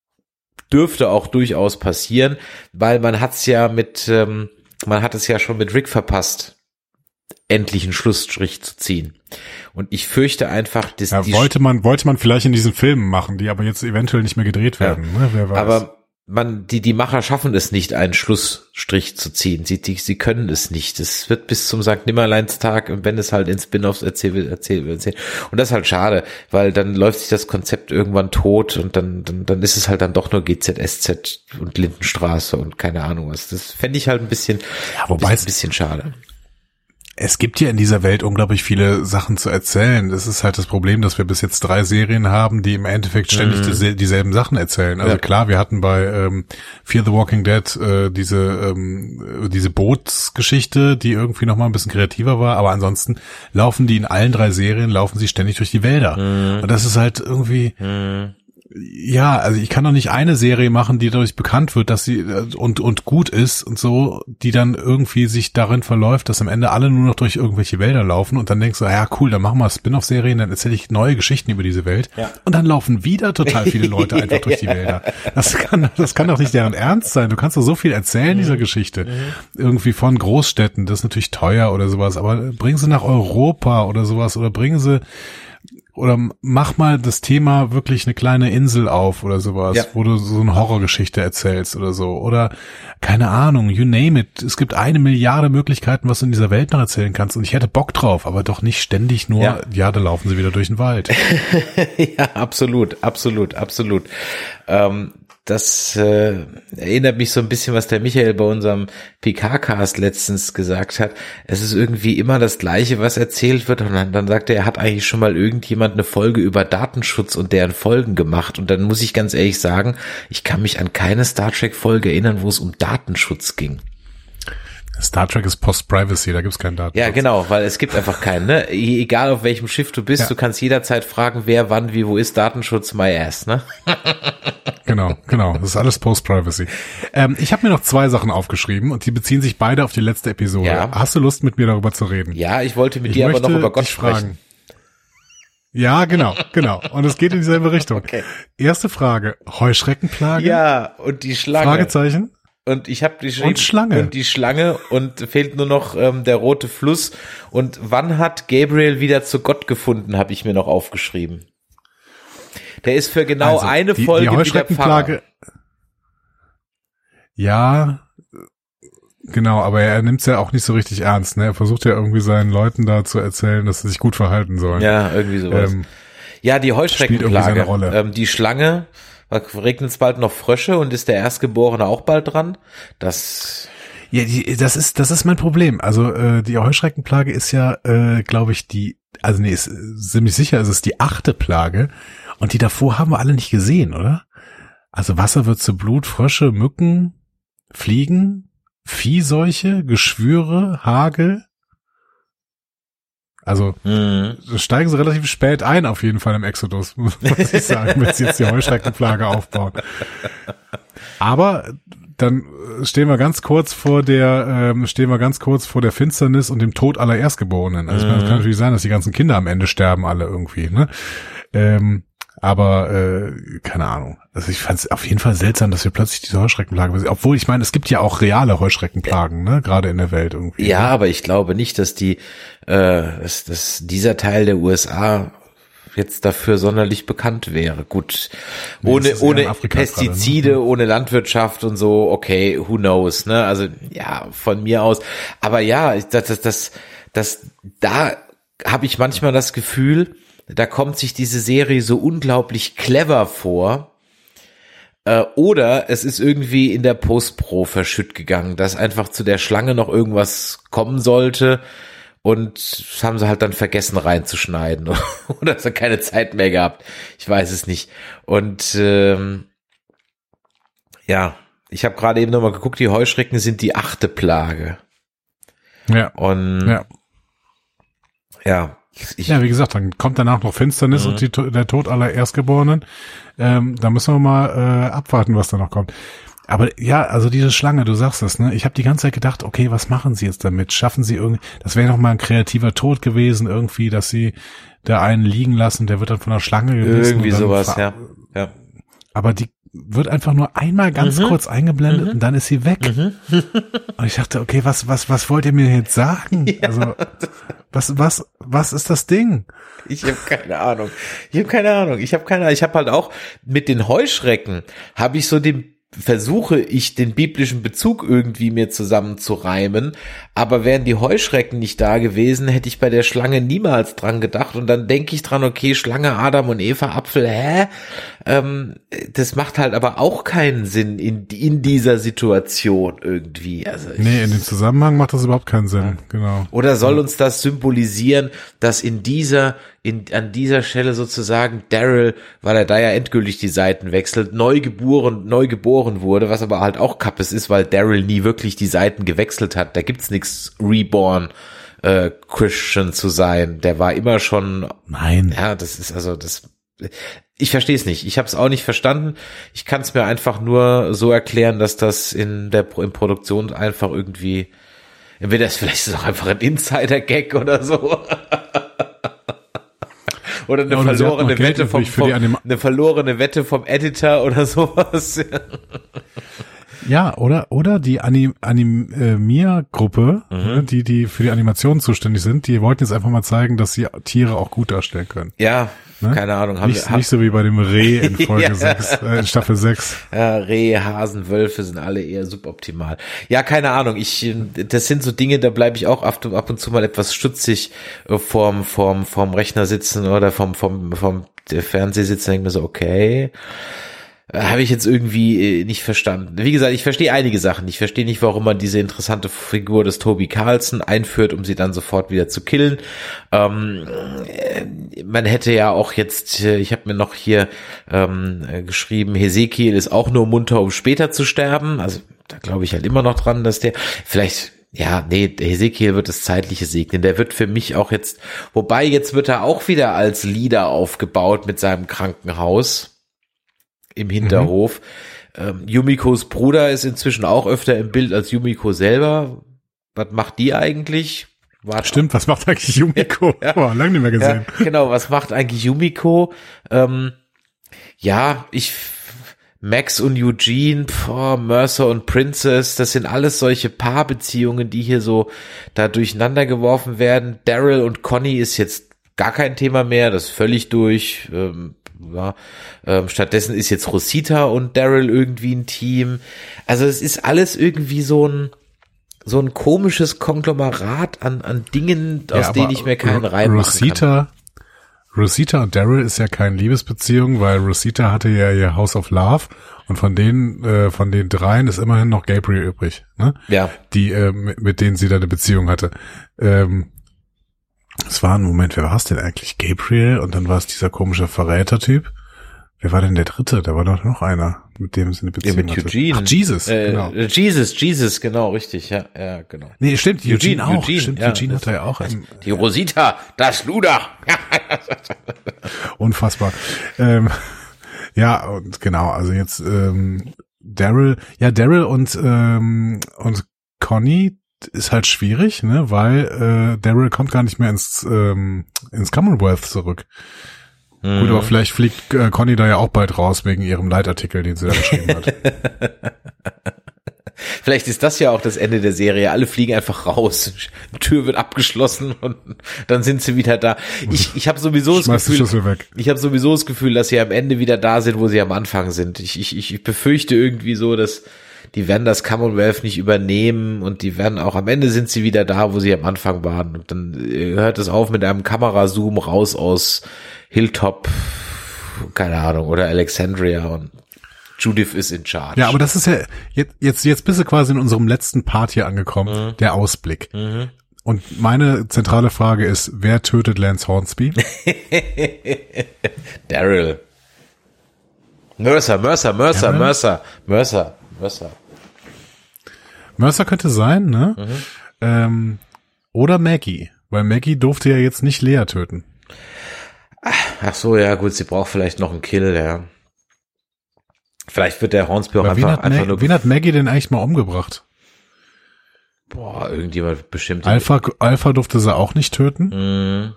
dürfte auch durchaus passieren, weil man hat's ja mit, ähm, man hat es ja schon mit Rick verpasst, endlich einen Schlussstrich zu ziehen. Und ich fürchte einfach, dass ja, die wollte man wollte man vielleicht in diesen Filmen machen, die aber jetzt eventuell nicht mehr gedreht werden. Ja. Ne? Wer weiß. Aber man, die die Macher schaffen es nicht, einen Schlussstrich zu ziehen. Sie die, sie können es nicht. Es wird bis zum Sankt Nimmerleinstag und wenn es halt in Spin-offs erzählt erzählt erzählt. Und das ist halt schade, weil dann läuft sich das Konzept irgendwann tot und dann dann dann ist es halt dann doch nur G Z S Z und Lindenstraße und keine Ahnung was. Das fände ich halt ein bisschen, ja, wobei ein bisschen, bisschen schade. Es gibt ja in dieser Welt unglaublich viele Sachen zu erzählen. Das ist halt das Problem, dass wir bis jetzt drei Serien haben, die im Endeffekt ständig mhm. die, dieselben Sachen erzählen. Also ja. klar, wir hatten bei ähm, Fear the Walking Dead äh, diese ähm, diese Bootsgeschichte, die irgendwie nochmal ein bisschen kreativer war, aber ansonsten laufen die in allen drei Serien, laufen sie ständig durch die Wälder. Mhm. Und das ist halt irgendwie... Mhm. Ja, also ich kann doch nicht eine Serie machen, die dadurch bekannt wird, dass sie und und gut ist und so, die dann irgendwie sich darin verläuft, dass am Ende alle nur noch durch irgendwelche Wälder laufen und dann denkst du, ja cool, dann machen wir Spin-off-Serien, dann erzähle ich neue Geschichten über diese Welt ja. und dann laufen wieder total viele Leute einfach durch die Wälder. Das kann das kann doch nicht deren Ernst sein. Du kannst doch so viel erzählen dieser Geschichte. Irgendwie von Großstädten, das ist natürlich teuer oder sowas, aber bringen sie nach Europa oder sowas oder bringen sie oder mach mal das Thema wirklich eine kleine Insel auf oder sowas, ja. wo du so eine Horrorgeschichte erzählst oder so. Oder, keine Ahnung, you name it. Es gibt eine Milliarde Möglichkeiten, was du in dieser Welt noch erzählen kannst. Und ich hätte Bock drauf, aber doch nicht ständig nur, ja, ja da laufen sie wieder durch den Wald. Ja, absolut, absolut, absolut. Ähm, Das äh, erinnert mich so ein bisschen, was der Michael bei unserem P K-Cast letztens gesagt hat. Es ist irgendwie immer das Gleiche, was erzählt wird. Und dann, dann sagt er, er hat eigentlich schon mal irgendjemand eine Folge über Datenschutz und deren Folgen gemacht. Und dann muss ich ganz ehrlich sagen, ich kann mich an keine Star Trek-Folge erinnern, wo es um Datenschutz ging. Star Trek ist Post-Privacy, da gibt's keinen Datenschutz. Ja, genau, weil es gibt einfach keinen, ne? Egal auf welchem Schiff du bist, ja. du kannst jederzeit fragen, wer, wann, wie, wo ist Datenschutz, my ass, ne? Genau, genau, das ist alles Post-Privacy. Ähm, ich habe mir noch zwei Sachen aufgeschrieben und die beziehen sich beide auf die letzte Episode. Ja. Hast du Lust, mit mir darüber zu reden? Ja, ich wollte mit ich dir aber noch über Gott sprechen. Fragen. Ja, genau, genau. Und es geht in dieselbe Richtung. Okay. Erste Frage, Heuschreckenplage? Ja, und die Schlange. Fragezeichen? Und ich habe die und Schlange und die Schlange und fehlt nur noch ähm, der rote Fluss. Und wann hat Gabriel wieder zu Gott gefunden, habe ich mir noch aufgeschrieben. Der ist für genau also, eine die, Folge die Heuschreckenplage. Ja, genau, aber er nimmt's ja auch nicht so richtig ernst. Ne? Er versucht ja irgendwie seinen Leuten da zu erzählen, dass sie sich gut verhalten sollen. Ja, irgendwie sowas. Ähm, ja, die Heuschreckenplage. Ähm, die Schlange. Regnet es bald noch Frösche und ist der Erstgeborene auch bald dran? Das ja, die, das ist das ist mein Problem. Also äh, die Heuschreckenplage ist ja, äh, glaube ich, die, also nee, ist ziemlich sicher, ist es die achte Plage und die davor haben wir alle nicht gesehen, oder? Also Wasser wird zu Blut, Frösche, Mücken, Fliegen, Viehseuche, Geschwüre, Hagel. Also mhm. steigen sie relativ spät ein, auf jeden Fall im Exodus, muss ich sagen, wenn sie jetzt die Heuschreckenplage aufbauen. Aber dann stehen wir ganz kurz vor der, ähm, stehen wir ganz kurz vor der Finsternis und dem Tod aller Erstgeborenen. Also mhm. es kann natürlich sein, dass die ganzen Kinder am Ende sterben alle irgendwie, ne? Ähm, aber äh, keine Ahnung. Also ich fand es auf jeden Fall seltsam, dass wir plötzlich diese Heuschreckenplage sehen. Obwohl, ich meine, es gibt ja auch reale Heuschreckenplagen, ne, gerade in der Welt irgendwie. Ja, aber ich glaube nicht, dass die, äh, dass, dass dieser Teil der U S A jetzt dafür sonderlich bekannt wäre. Gut, ohne nee, ohne Pestizide, gerade, ne? ohne Landwirtschaft und so. Okay, who knows, ne? Also ja, von mir aus. Aber ja, das, das, das, das da habe ich manchmal das Gefühl, da kommt sich diese Serie so unglaublich clever vor. Äh, oder es ist irgendwie in der Post-Pro verschütt gegangen, dass einfach zu der Schlange noch irgendwas kommen sollte und das haben sie halt dann vergessen reinzuschneiden oder sie keine Zeit mehr gehabt. Ich weiß es nicht. Und ähm, ja, ich habe gerade eben nochmal geguckt, die Heuschrecken sind die achte Plage. Ja. Und ja. Ja. Ich, ja, wie gesagt, dann kommt danach noch Finsternis mhm. und die, der Tod aller Erstgeborenen. Ähm, da müssen wir mal äh, abwarten, was da noch kommt. Aber ja, also diese Schlange, du sagst es, ne? Ich habe die ganze Zeit gedacht, okay, was machen sie jetzt damit? Schaffen sie irgendwie, das wäre noch mal ein kreativer Tod gewesen, irgendwie, dass sie da einen liegen lassen, der wird dann von der Schlange gebissen. Irgendwie sowas, ja. ja. Aber die wird einfach nur einmal ganz mhm. kurz eingeblendet mhm. und dann ist sie weg. Mhm. Und ich dachte, okay, was, was, was wollt ihr mir jetzt sagen? Ja. Also, was, was, was ist das Ding? Ich habe keine Ahnung. Ich habe keine Ahnung. Ich habe keine Ahnung. Ich habe halt auch mit den Heuschrecken habe ich so den versuche ich den biblischen Bezug irgendwie mir zusammenzureimen, aber wären die Heuschrecken nicht da gewesen, hätte ich bei der Schlange niemals dran gedacht und dann denke ich dran, okay, Schlange, Adam und Eva, Apfel, hä? Ähm, das macht halt aber auch keinen Sinn in, in dieser Situation irgendwie. Also ich, nee, in dem Zusammenhang macht das überhaupt keinen Sinn, ja. Genau. Oder soll uns das symbolisieren, dass in dieser in an dieser Stelle sozusagen Daryl, weil er da ja endgültig die Seiten wechselt, neu geboren, neu geboren wurde, was aber halt auch Kappes ist, weil Daryl nie wirklich die Seiten gewechselt hat. Da gibt's nichts Reborn äh, Christian zu sein. Der war immer schon. Nein. Ja, das ist also das. Ich verstehe es nicht. Ich habe es auch nicht verstanden. Ich kann es mir einfach nur so erklären, dass das in der in Produktion einfach irgendwie. Entweder ist vielleicht ist es auch einfach ein Insider-Gag oder so. Oder eine ja, oder verlorene Wette vom, vom eine verlorene Wette vom Editor oder sowas. Ja, oder oder die Anim, Animia-Gruppe, Mhm. ne, die die für die Animation zuständig sind, die wollten jetzt einfach mal zeigen, dass sie Tiere auch gut darstellen können. Ja, Ne? keine Ahnung. Haben Nicht, wir, nicht so wie bei dem Reh in Folge Ja. sechs, äh, in Staffel sechs. Ja, Rehe, Hasen, Wölfe sind alle eher suboptimal. Ja, keine Ahnung. Ich, das sind so Dinge, da bleibe ich auch ab, ab und zu mal etwas stutzig äh, vorm, vorm, vorm Rechner sitzen oder vom, vom, vom Fernseher sitzen, denke mir so, okay. Habe ich jetzt irgendwie äh, nicht verstanden. Wie gesagt, ich verstehe einige Sachen. Ich verstehe nicht, warum man diese interessante Figur des Toby Carlson einführt, um sie dann sofort wieder zu killen. Ähm, äh, man hätte ja auch jetzt, äh, ich habe mir noch hier ähm, äh, geschrieben, Hesekiel ist auch nur munter, um später zu sterben. Also da glaube ich halt immer noch dran, dass der vielleicht... Ja, nee, der Hesekiel wird das Zeitliche segnen. Der wird für mich auch jetzt, wobei jetzt wird er auch wieder als Leader aufgebaut mit seinem Krankenhaus im Hinterhof. Mhm. Ähm, Yumikos Bruder ist inzwischen auch öfter im Bild als Yumiko selber. Was macht die eigentlich? Warte. Stimmt, was macht eigentlich Yumiko? Ja. Boah, lange nicht mehr gesehen. Ja, genau, was macht eigentlich Yumiko? Ähm, ja, ich... Max und Eugene, boah, Mercer und Princess, das sind alles solche Paarbeziehungen, die hier so da durcheinander geworfen werden. Daryl und Connie ist jetzt gar kein Thema mehr, das ist völlig durch. Ähm, ja. ähm, stattdessen ist jetzt Rosita und Daryl irgendwie ein Team. Also es ist alles irgendwie so ein so ein komisches Konglomerat an an Dingen, aus Ja, denen ich mir keinen Reim machen kann. Rosita, Rosita und Daryl ist ja keine Liebesbeziehung, weil Rosita hatte ja ihr House of Love und von denen, äh, von den dreien ist immerhin noch Gabriel übrig, ne? Ja. Die, äh, mit, mit denen sie da eine Beziehung hatte. Ähm, es war ein Moment, wer war es denn eigentlich? Gabriel und dann war es dieser komische Verräter-Typ. Wer war denn der dritte? Da war doch noch einer, mit dem sie eine Beziehung Ja, mit hatte. Eugene. Ach, Jesus, Äh, genau. Jesus, Jesus, genau, richtig, ja, ja, genau. Nee, stimmt, Eugene, auch. Eugene, stimmt, ja, Eugene das- hatte ja auch. Im, Die Rosita, das Luder. Unfassbar. Ähm, ja, und genau, also jetzt ähm, Daryl, ja, Daryl und ähm, und Connie ist halt schwierig, ne, weil äh, Daryl kommt gar nicht mehr ins ähm, ins Commonwealth zurück. Mhm. Gut, aber vielleicht fliegt äh, Connie da ja auch bald raus wegen ihrem Leitartikel, den sie da geschrieben hat. Vielleicht ist das ja auch das Ende der Serie. Alle fliegen einfach raus. Die Tür wird abgeschlossen und dann sind sie wieder da. Ich, ich habe sowieso das Schmeiß die Gefühl, Schlüssel weg. ich habe sowieso das Gefühl, dass sie am Ende wieder da sind, wo sie am Anfang sind. Ich, ich, ich befürchte irgendwie so, dass die werden das Commonwealth nicht übernehmen und die werden auch am Ende sind sie wieder da, wo sie am Anfang waren. Und dann äh, hört es auf mit einem Kamerazoom raus aus Hilltop, keine Ahnung, oder Alexandria und Judith ist in charge. Ja, aber das ist ja, jetzt, jetzt, jetzt bist du quasi in unserem letzten Part hier angekommen, Mhm. der Ausblick. Mhm. Und meine zentrale Frage ist, wer tötet Lance Hornsby? Daryl. Mercer, Mercer, Mercer, Daryl? Mercer, Mercer, Mercer. Mercer könnte sein, ne? Mhm. Ähm, oder Maggie, weil Maggie durfte ja jetzt nicht Lea töten. Ach so, ja gut, sie braucht vielleicht noch einen Kill, ja. Vielleicht wird der Hornsby auch Weil wen, einfach, hat einfach Mag- nur... wen hat Maggie denn eigentlich mal umgebracht? Boah, irgendjemand bestimmt... Alpha, Alpha durfte sie auch nicht töten. Mhm.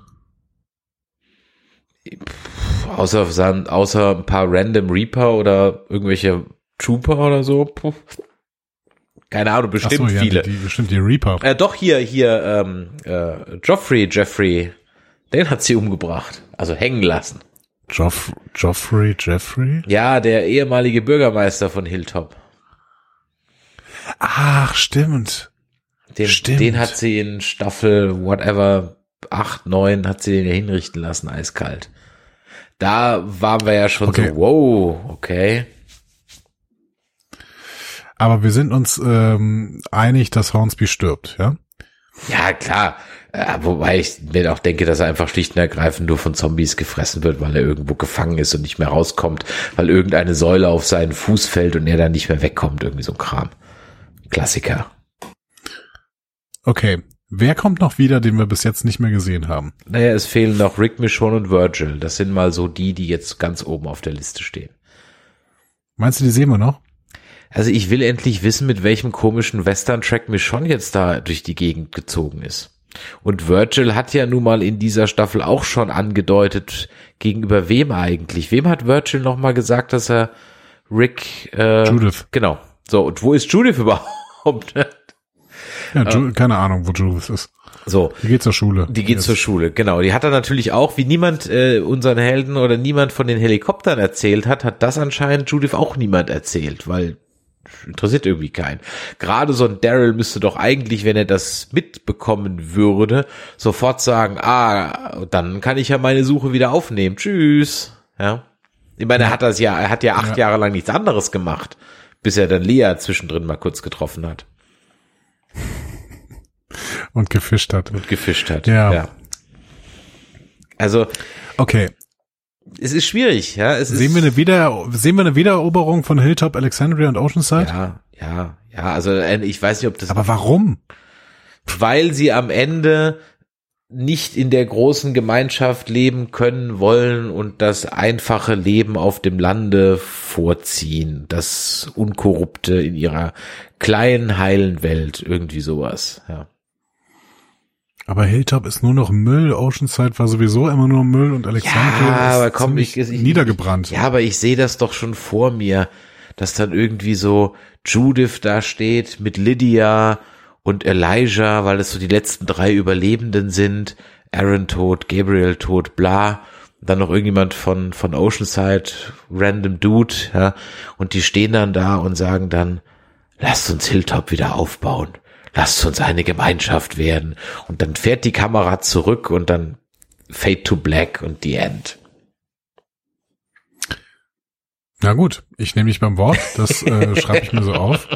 Pff, außer, sein- außer ein paar random Reaper oder irgendwelche Trooper oder so. Puh. Keine Ahnung, Ach so, bestimmt ja, viele. Die, die, bestimmt die Reaper. Äh, doch, hier, hier, ähm, äh, Joffrey, Jeffrey, den hat sie umgebracht. Also hängen lassen. Joff, Joffrey, Jeffrey? Ja, der ehemalige Bürgermeister von Hilltop. Ach, stimmt. Den, Stimmt. den hat sie in Staffel whatever acht, neun hat sie den ja hinrichten lassen, eiskalt. Da waren wir ja schon Okay. so, wow, okay. Aber wir sind uns ähm, einig, dass Hornsby stirbt, ja? Ja, klar. Äh, wobei ich mir auch denke, dass er einfach schlicht und ergreifend nur von Zombies gefressen wird, weil er irgendwo gefangen ist und nicht mehr rauskommt, weil irgendeine Säule auf seinen Fuß fällt und er dann nicht mehr wegkommt. Irgendwie so ein Kram. Klassiker. Okay. Wer kommt noch wieder, den wir bis jetzt nicht mehr gesehen haben? Naja, es fehlen noch Rick, Michonne und Virgil. Das sind mal so die, die jetzt ganz oben auf der Liste stehen. Meinst du, die sehen wir noch? Also ich will endlich wissen, mit welchem komischen Western-Track Michonne jetzt da durch die Gegend gezogen ist. Und Virgil hat ja nun mal in dieser Staffel auch schon angedeutet, gegenüber wem eigentlich? Wem hat Virgil nochmal gesagt, dass er Rick... Äh, Judith. Genau, So, und wo ist Judith überhaupt? Ja, Ju- keine Ahnung, wo Judith ist. So. Die geht zur Schule. Die geht Jetzt. zur Schule, genau. Die hat er natürlich auch, wie niemand äh, unseren Helden oder niemand von den Helikoptern erzählt hat, hat das anscheinend Judith auch niemand erzählt, weil interessiert irgendwie keinen. Gerade so ein Daryl müsste doch eigentlich, wenn er das mitbekommen würde, sofort sagen, ah, dann kann ich ja meine Suche wieder aufnehmen. Tschüss. Ja. Ich meine, er hat das ja, er hat ja acht ja. Jahre lang nichts anderes gemacht, bis er dann Lea zwischendrin mal kurz getroffen hat. Und gefischt hat. Und gefischt hat, ja. ja. Also. Okay. Es ist schwierig, ja. Es sehen ist, wir eine Wieder, sehen wir eine Wiedereroberung von Hilltop, Alexandria und Oceanside? Ja, ja, ja. Also, ich weiß nicht, ob das. Aber warum? Weil sie am Ende nicht in der großen Gemeinschaft leben können wollen und das einfache Leben auf dem Lande vorziehen. Das Unkorrupte in ihrer kleinen, heilen Welt. Irgendwie sowas, ja. Aber Hilltop ist nur noch Müll, Oceanside war sowieso immer nur Müll und Alexandria ja, ist aber komm, ich, ich, niedergebrannt. Ja, aber ich sehe das doch schon vor mir, dass dann irgendwie so Judith da steht mit Lydia und Elijah, weil das so die letzten drei Überlebenden sind. Aaron tot, Gabriel tot, bla. Dann noch irgendjemand von von Oceanside, random Dude, ja. Und die stehen dann da und sagen dann, lasst uns Hilltop wieder aufbauen. Lasst uns eine Gemeinschaft werden. Und dann fährt die Kamera zurück und dann Fade to Black und the End. Na gut, ich nehme dich beim Wort. Das äh, schreibe ich mir so auf.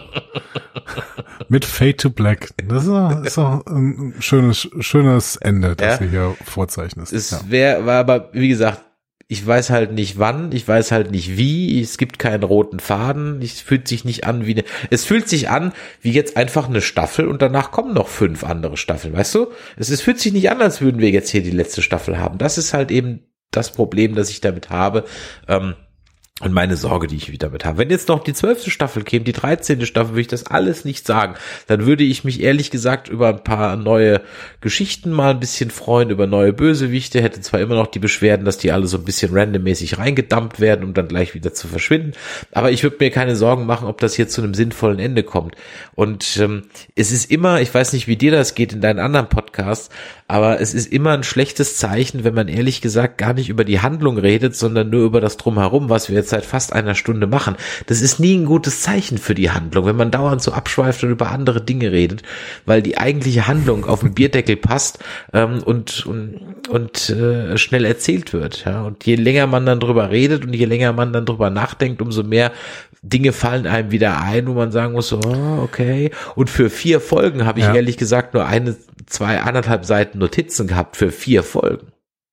Mit Fade to Black. Das ist auch, ist auch ein schönes schönes Ende, das ja. du hier vorzeichnest. Es ja. wäre, war aber, wie gesagt, ich weiß halt nicht wann, ich weiß halt nicht wie, es gibt keinen roten Faden, es fühlt sich nicht an wie eine, es fühlt sich an wie jetzt einfach eine Staffel und danach kommen noch fünf andere Staffeln, weißt du? Es, es fühlt sich nicht an, als würden wir jetzt hier die letzte Staffel haben. Das ist halt eben das Problem, das ich damit habe, ähm, und meine Sorge, die ich wieder damit habe. Wenn jetzt noch die zwölfte Staffel käme, die dreizehnte Staffel, würde ich das alles nicht sagen. Dann würde ich mich ehrlich gesagt über ein paar neue Geschichten mal ein bisschen freuen, über neue Bösewichte. Hätte zwar immer noch die Beschwerden, dass die alle so ein bisschen randommäßig reingedumpt werden, um dann gleich wieder zu verschwinden. Aber ich würde mir keine Sorgen machen, ob das hier zu einem sinnvollen Ende kommt. Und ähm, es ist immer, ich weiß nicht, wie dir das geht in deinen anderen Podcasts, aber es ist immer ein schlechtes Zeichen, wenn man ehrlich gesagt gar nicht über die Handlung redet, sondern nur über das Drumherum, was wir jetzt seit fast einer Stunde machen. Das ist nie ein gutes Zeichen für die Handlung, wenn man dauernd so abschweift und über andere Dinge redet, weil die eigentliche Handlung auf den Bierdeckel passt ähm, und und, und äh, schnell erzählt wird. Ja? Und je länger man dann drüber redet und je länger man dann drüber nachdenkt, umso mehr Dinge fallen einem wieder ein, wo man sagen muss, so, oh, okay. Und für vier Folgen habe ich ja. ehrlich gesagt nur eine, zwei, anderthalb Seiten Notizen gehabt für vier Folgen.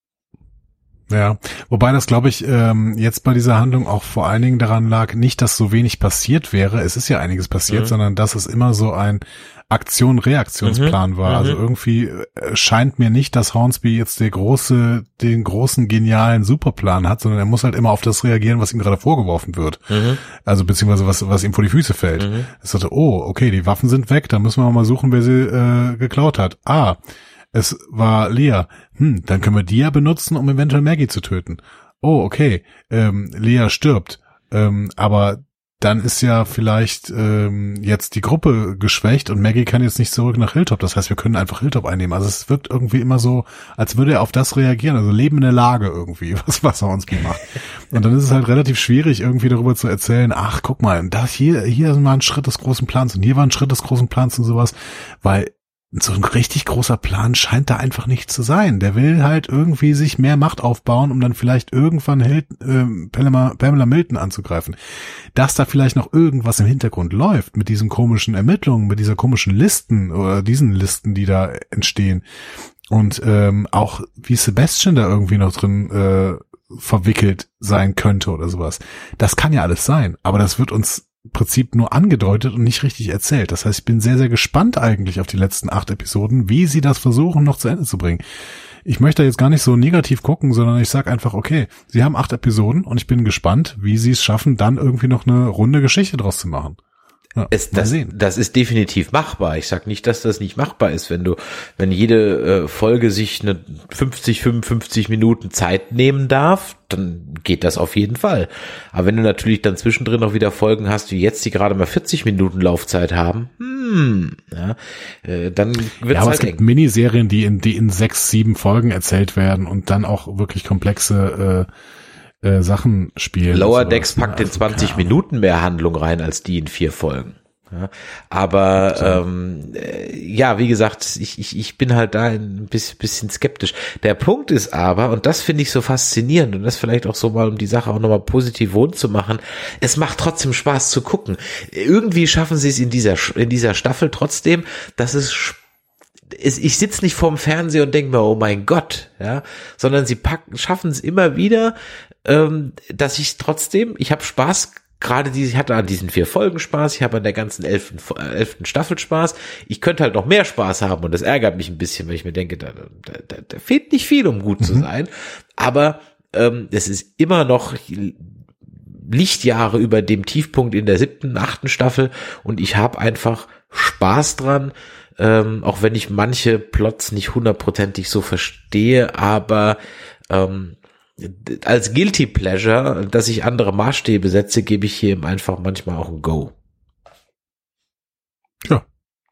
Ja, wobei das, glaube ich, ähm, jetzt bei dieser Handlung auch vor allen Dingen daran lag, nicht, dass so wenig passiert wäre, es ist ja einiges passiert, mhm. sondern dass es immer so ein Aktion-Reaktionsplan mhm. war. Mhm. Also irgendwie scheint mir nicht, dass Hornsby jetzt der große, den großen, genialen Superplan hat, sondern er muss halt immer auf das reagieren, was ihm gerade vorgeworfen wird. Mhm. Also beziehungsweise was, was ihm vor die Füße fällt. Mhm. Er sagte, oh, okay, die Waffen sind weg, da müssen wir mal suchen, wer sie äh, geklaut hat. Ah, es war Lea. Hm, dann können wir die ja benutzen, um eventuell Maggie zu töten. Oh, okay. Ähm, Lea stirbt. Ähm, aber dann ist ja vielleicht ähm, jetzt die Gruppe geschwächt und Maggie kann jetzt nicht zurück nach Hilltop. Das heißt, wir können einfach Hilltop einnehmen. Also es wirkt irgendwie immer so, als würde er auf das reagieren. Also Leben in der Lage irgendwie, was, was er uns macht. Und dann ist es halt relativ schwierig, irgendwie darüber zu erzählen, ach, guck mal, das hier, hier war ein Schritt des großen Plans und hier war ein Schritt des großen Plans und sowas. Weil so ein richtig großer Plan scheint da einfach nicht zu sein. Der will halt irgendwie sich mehr Macht aufbauen, um dann vielleicht irgendwann Hil- äh, Pamela, Pamela Milton anzugreifen. Dass da vielleicht noch irgendwas im Hintergrund läuft mit diesen komischen Ermittlungen, mit dieser komischen Listen oder diesen Listen, die da entstehen. Und ähm, auch wie Sebastian da irgendwie noch drin äh, verwickelt sein könnte oder sowas. Das kann ja alles sein, aber das wird uns im Prinzip nur angedeutet und nicht richtig erzählt. Das heißt, ich bin sehr, sehr gespannt eigentlich auf die letzten acht Episoden, wie sie das versuchen noch zu Ende zu bringen. Ich möchte jetzt gar nicht so negativ gucken, sondern ich sage einfach, okay, sie haben acht Episoden und ich bin gespannt, wie sie es schaffen, dann irgendwie noch eine runde Geschichte draus zu machen. Ja, es, das, das ist definitiv machbar. Ich sag nicht, dass das nicht machbar ist, wenn du, wenn jede äh, Folge sich eine fünfzig, fünfundfünfzig Minuten Zeit nehmen darf, dann geht das auf jeden Fall. Aber wenn du natürlich dann zwischendrin noch wieder Folgen hast, wie jetzt, die gerade mal vierzig Minuten Laufzeit haben, hm, ja, äh, dann wird's ja, aber halt es gibt eng. Miniserien, die in, die in sechs, sieben Folgen erzählt werden und dann auch wirklich komplexe äh, äh, Sachen spielen. Lower Decks packt in also, zwanzig klar. Minuten mehr Handlung rein als die in vier Folgen. Ja, aber so. ähm, äh, ja, wie gesagt, ich, ich, ich bin halt da ein bisschen, bisschen skeptisch. Der Punkt ist aber, und das finde ich so faszinierend und das vielleicht auch so mal, um die Sache auch nochmal positiv rund zu machen, es macht trotzdem Spaß zu gucken. Irgendwie schaffen sie es in dieser in dieser Staffel trotzdem, dass es ich sitze nicht vorm Fernseher und denke mir, oh mein Gott, ja, sondern sie packen, schaffen es immer wieder, ähm, dass ich trotzdem, ich habe Spaß, gerade diese, ich hatte an diesen vier Folgen Spaß, ich habe an der ganzen elften, elften Staffel Spaß, ich könnte halt noch mehr Spaß haben und das ärgert mich ein bisschen, weil ich mir denke, da, da, da fehlt nicht viel, um gut mhm. zu sein, aber ähm, es ist immer noch Lichtjahre über dem Tiefpunkt in der siebten, achten Staffel und ich habe einfach Spaß dran, Ähm, auch wenn ich manche Plots nicht hundertprozentig so verstehe, aber ähm, als Guilty Pleasure, dass ich andere Maßstäbe setze, gebe ich hier eben einfach manchmal auch ein Go. Ja,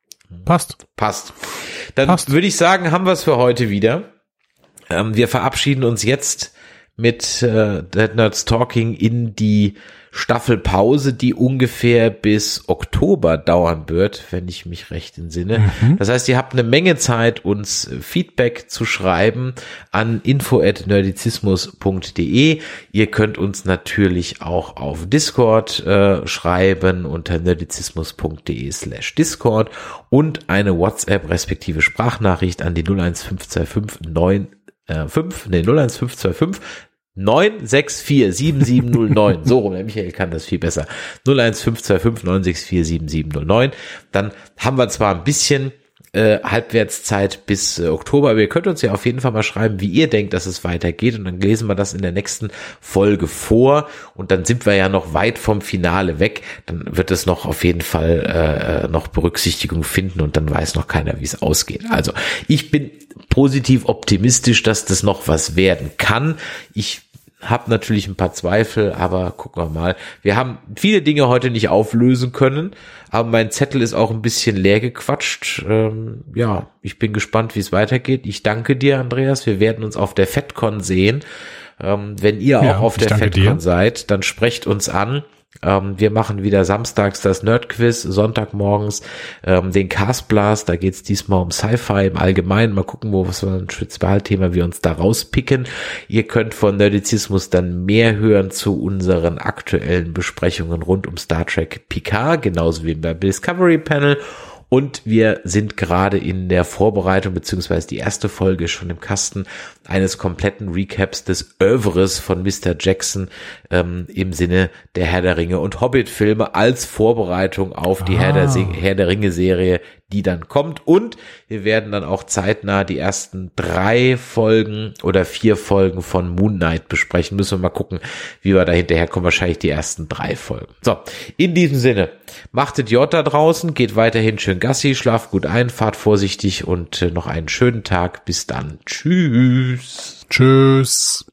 passt. Passt. Dann Passt. würde ich sagen, haben wir es für heute wieder. Ähm, wir verabschieden uns jetzt mit äh, Dead Nerds Talking in die Staffelpause, die ungefähr bis Oktober dauern wird, wenn ich mich recht entsinne. Mhm. Das heißt, ihr habt eine Menge Zeit, uns Feedback zu schreiben an info at nerdizismus punkt de. Ihr könnt uns natürlich auch auf Discord äh, schreiben unter nerdizismus punkt de slash Discord und eine WhatsApp respektive Sprachnachricht an die null eins fünf zwei fünf neun äh, fünf, nee, null eins fünf zwei fünf neun sechs vier sieben sieben null neun. So rum, der Michael kann das viel besser. null eins fünf zwei fünf neun sechs vier sieben sieben null neun. Dann haben wir zwar ein bisschen äh, Halbwertszeit bis äh, Oktober, aber ihr könnt uns ja auf jeden Fall mal schreiben, wie ihr denkt, dass es weitergeht und dann lesen wir das in der nächsten Folge vor und dann sind wir ja noch weit vom Finale weg. Dann wird es noch auf jeden Fall äh, noch Berücksichtigung finden und dann weiß noch keiner, wie es ausgeht. Also ich bin positiv optimistisch, dass das noch was werden kann. Ich habe natürlich ein paar Zweifel, aber gucken wir mal. Wir haben viele Dinge heute nicht auflösen können, aber mein Zettel ist auch ein bisschen leer gequatscht. Ähm, ja, ich bin gespannt, wie es weitergeht. Ich danke dir, Andreas. Wir werden uns auf der FedCon sehen. Ähm, wenn ihr ja, auch auf der FedCon seid, dann sprecht uns an. Ähm, wir machen wieder samstags das Nerdquiz, Sonntagmorgens ähm, den Castblast, da geht's diesmal um Sci-Fi im Allgemeinen. Mal gucken, wo was für ein Spezialthema wir uns da rauspicken. Ihr könnt von Nerdizismus dann mehr hören zu unseren aktuellen Besprechungen rund um Star Trek Picard, genauso wie beim Discovery Panel. Und wir sind gerade in der Vorbereitung, beziehungsweise die erste Folge ist schon im Kasten, eines kompletten Recaps des Oeuvres von Mister Jackson ähm, im Sinne der Herr der Ringe und Hobbit-Filme als Vorbereitung auf die ah. Herr der, Herr der Ringe-Serie, die dann kommt. Und wir werden dann auch zeitnah die ersten drei Folgen oder vier Folgen von Moon Knight besprechen. Müssen wir mal gucken, wie wir da hinterher kommen. Wahrscheinlich die ersten drei Folgen. So, in diesem Sinne, machtet J da draußen, geht weiterhin schön Gassi, schlaft gut ein, fahrt vorsichtig und äh, noch einen schönen Tag. Bis dann. Tschüss. Tschüss.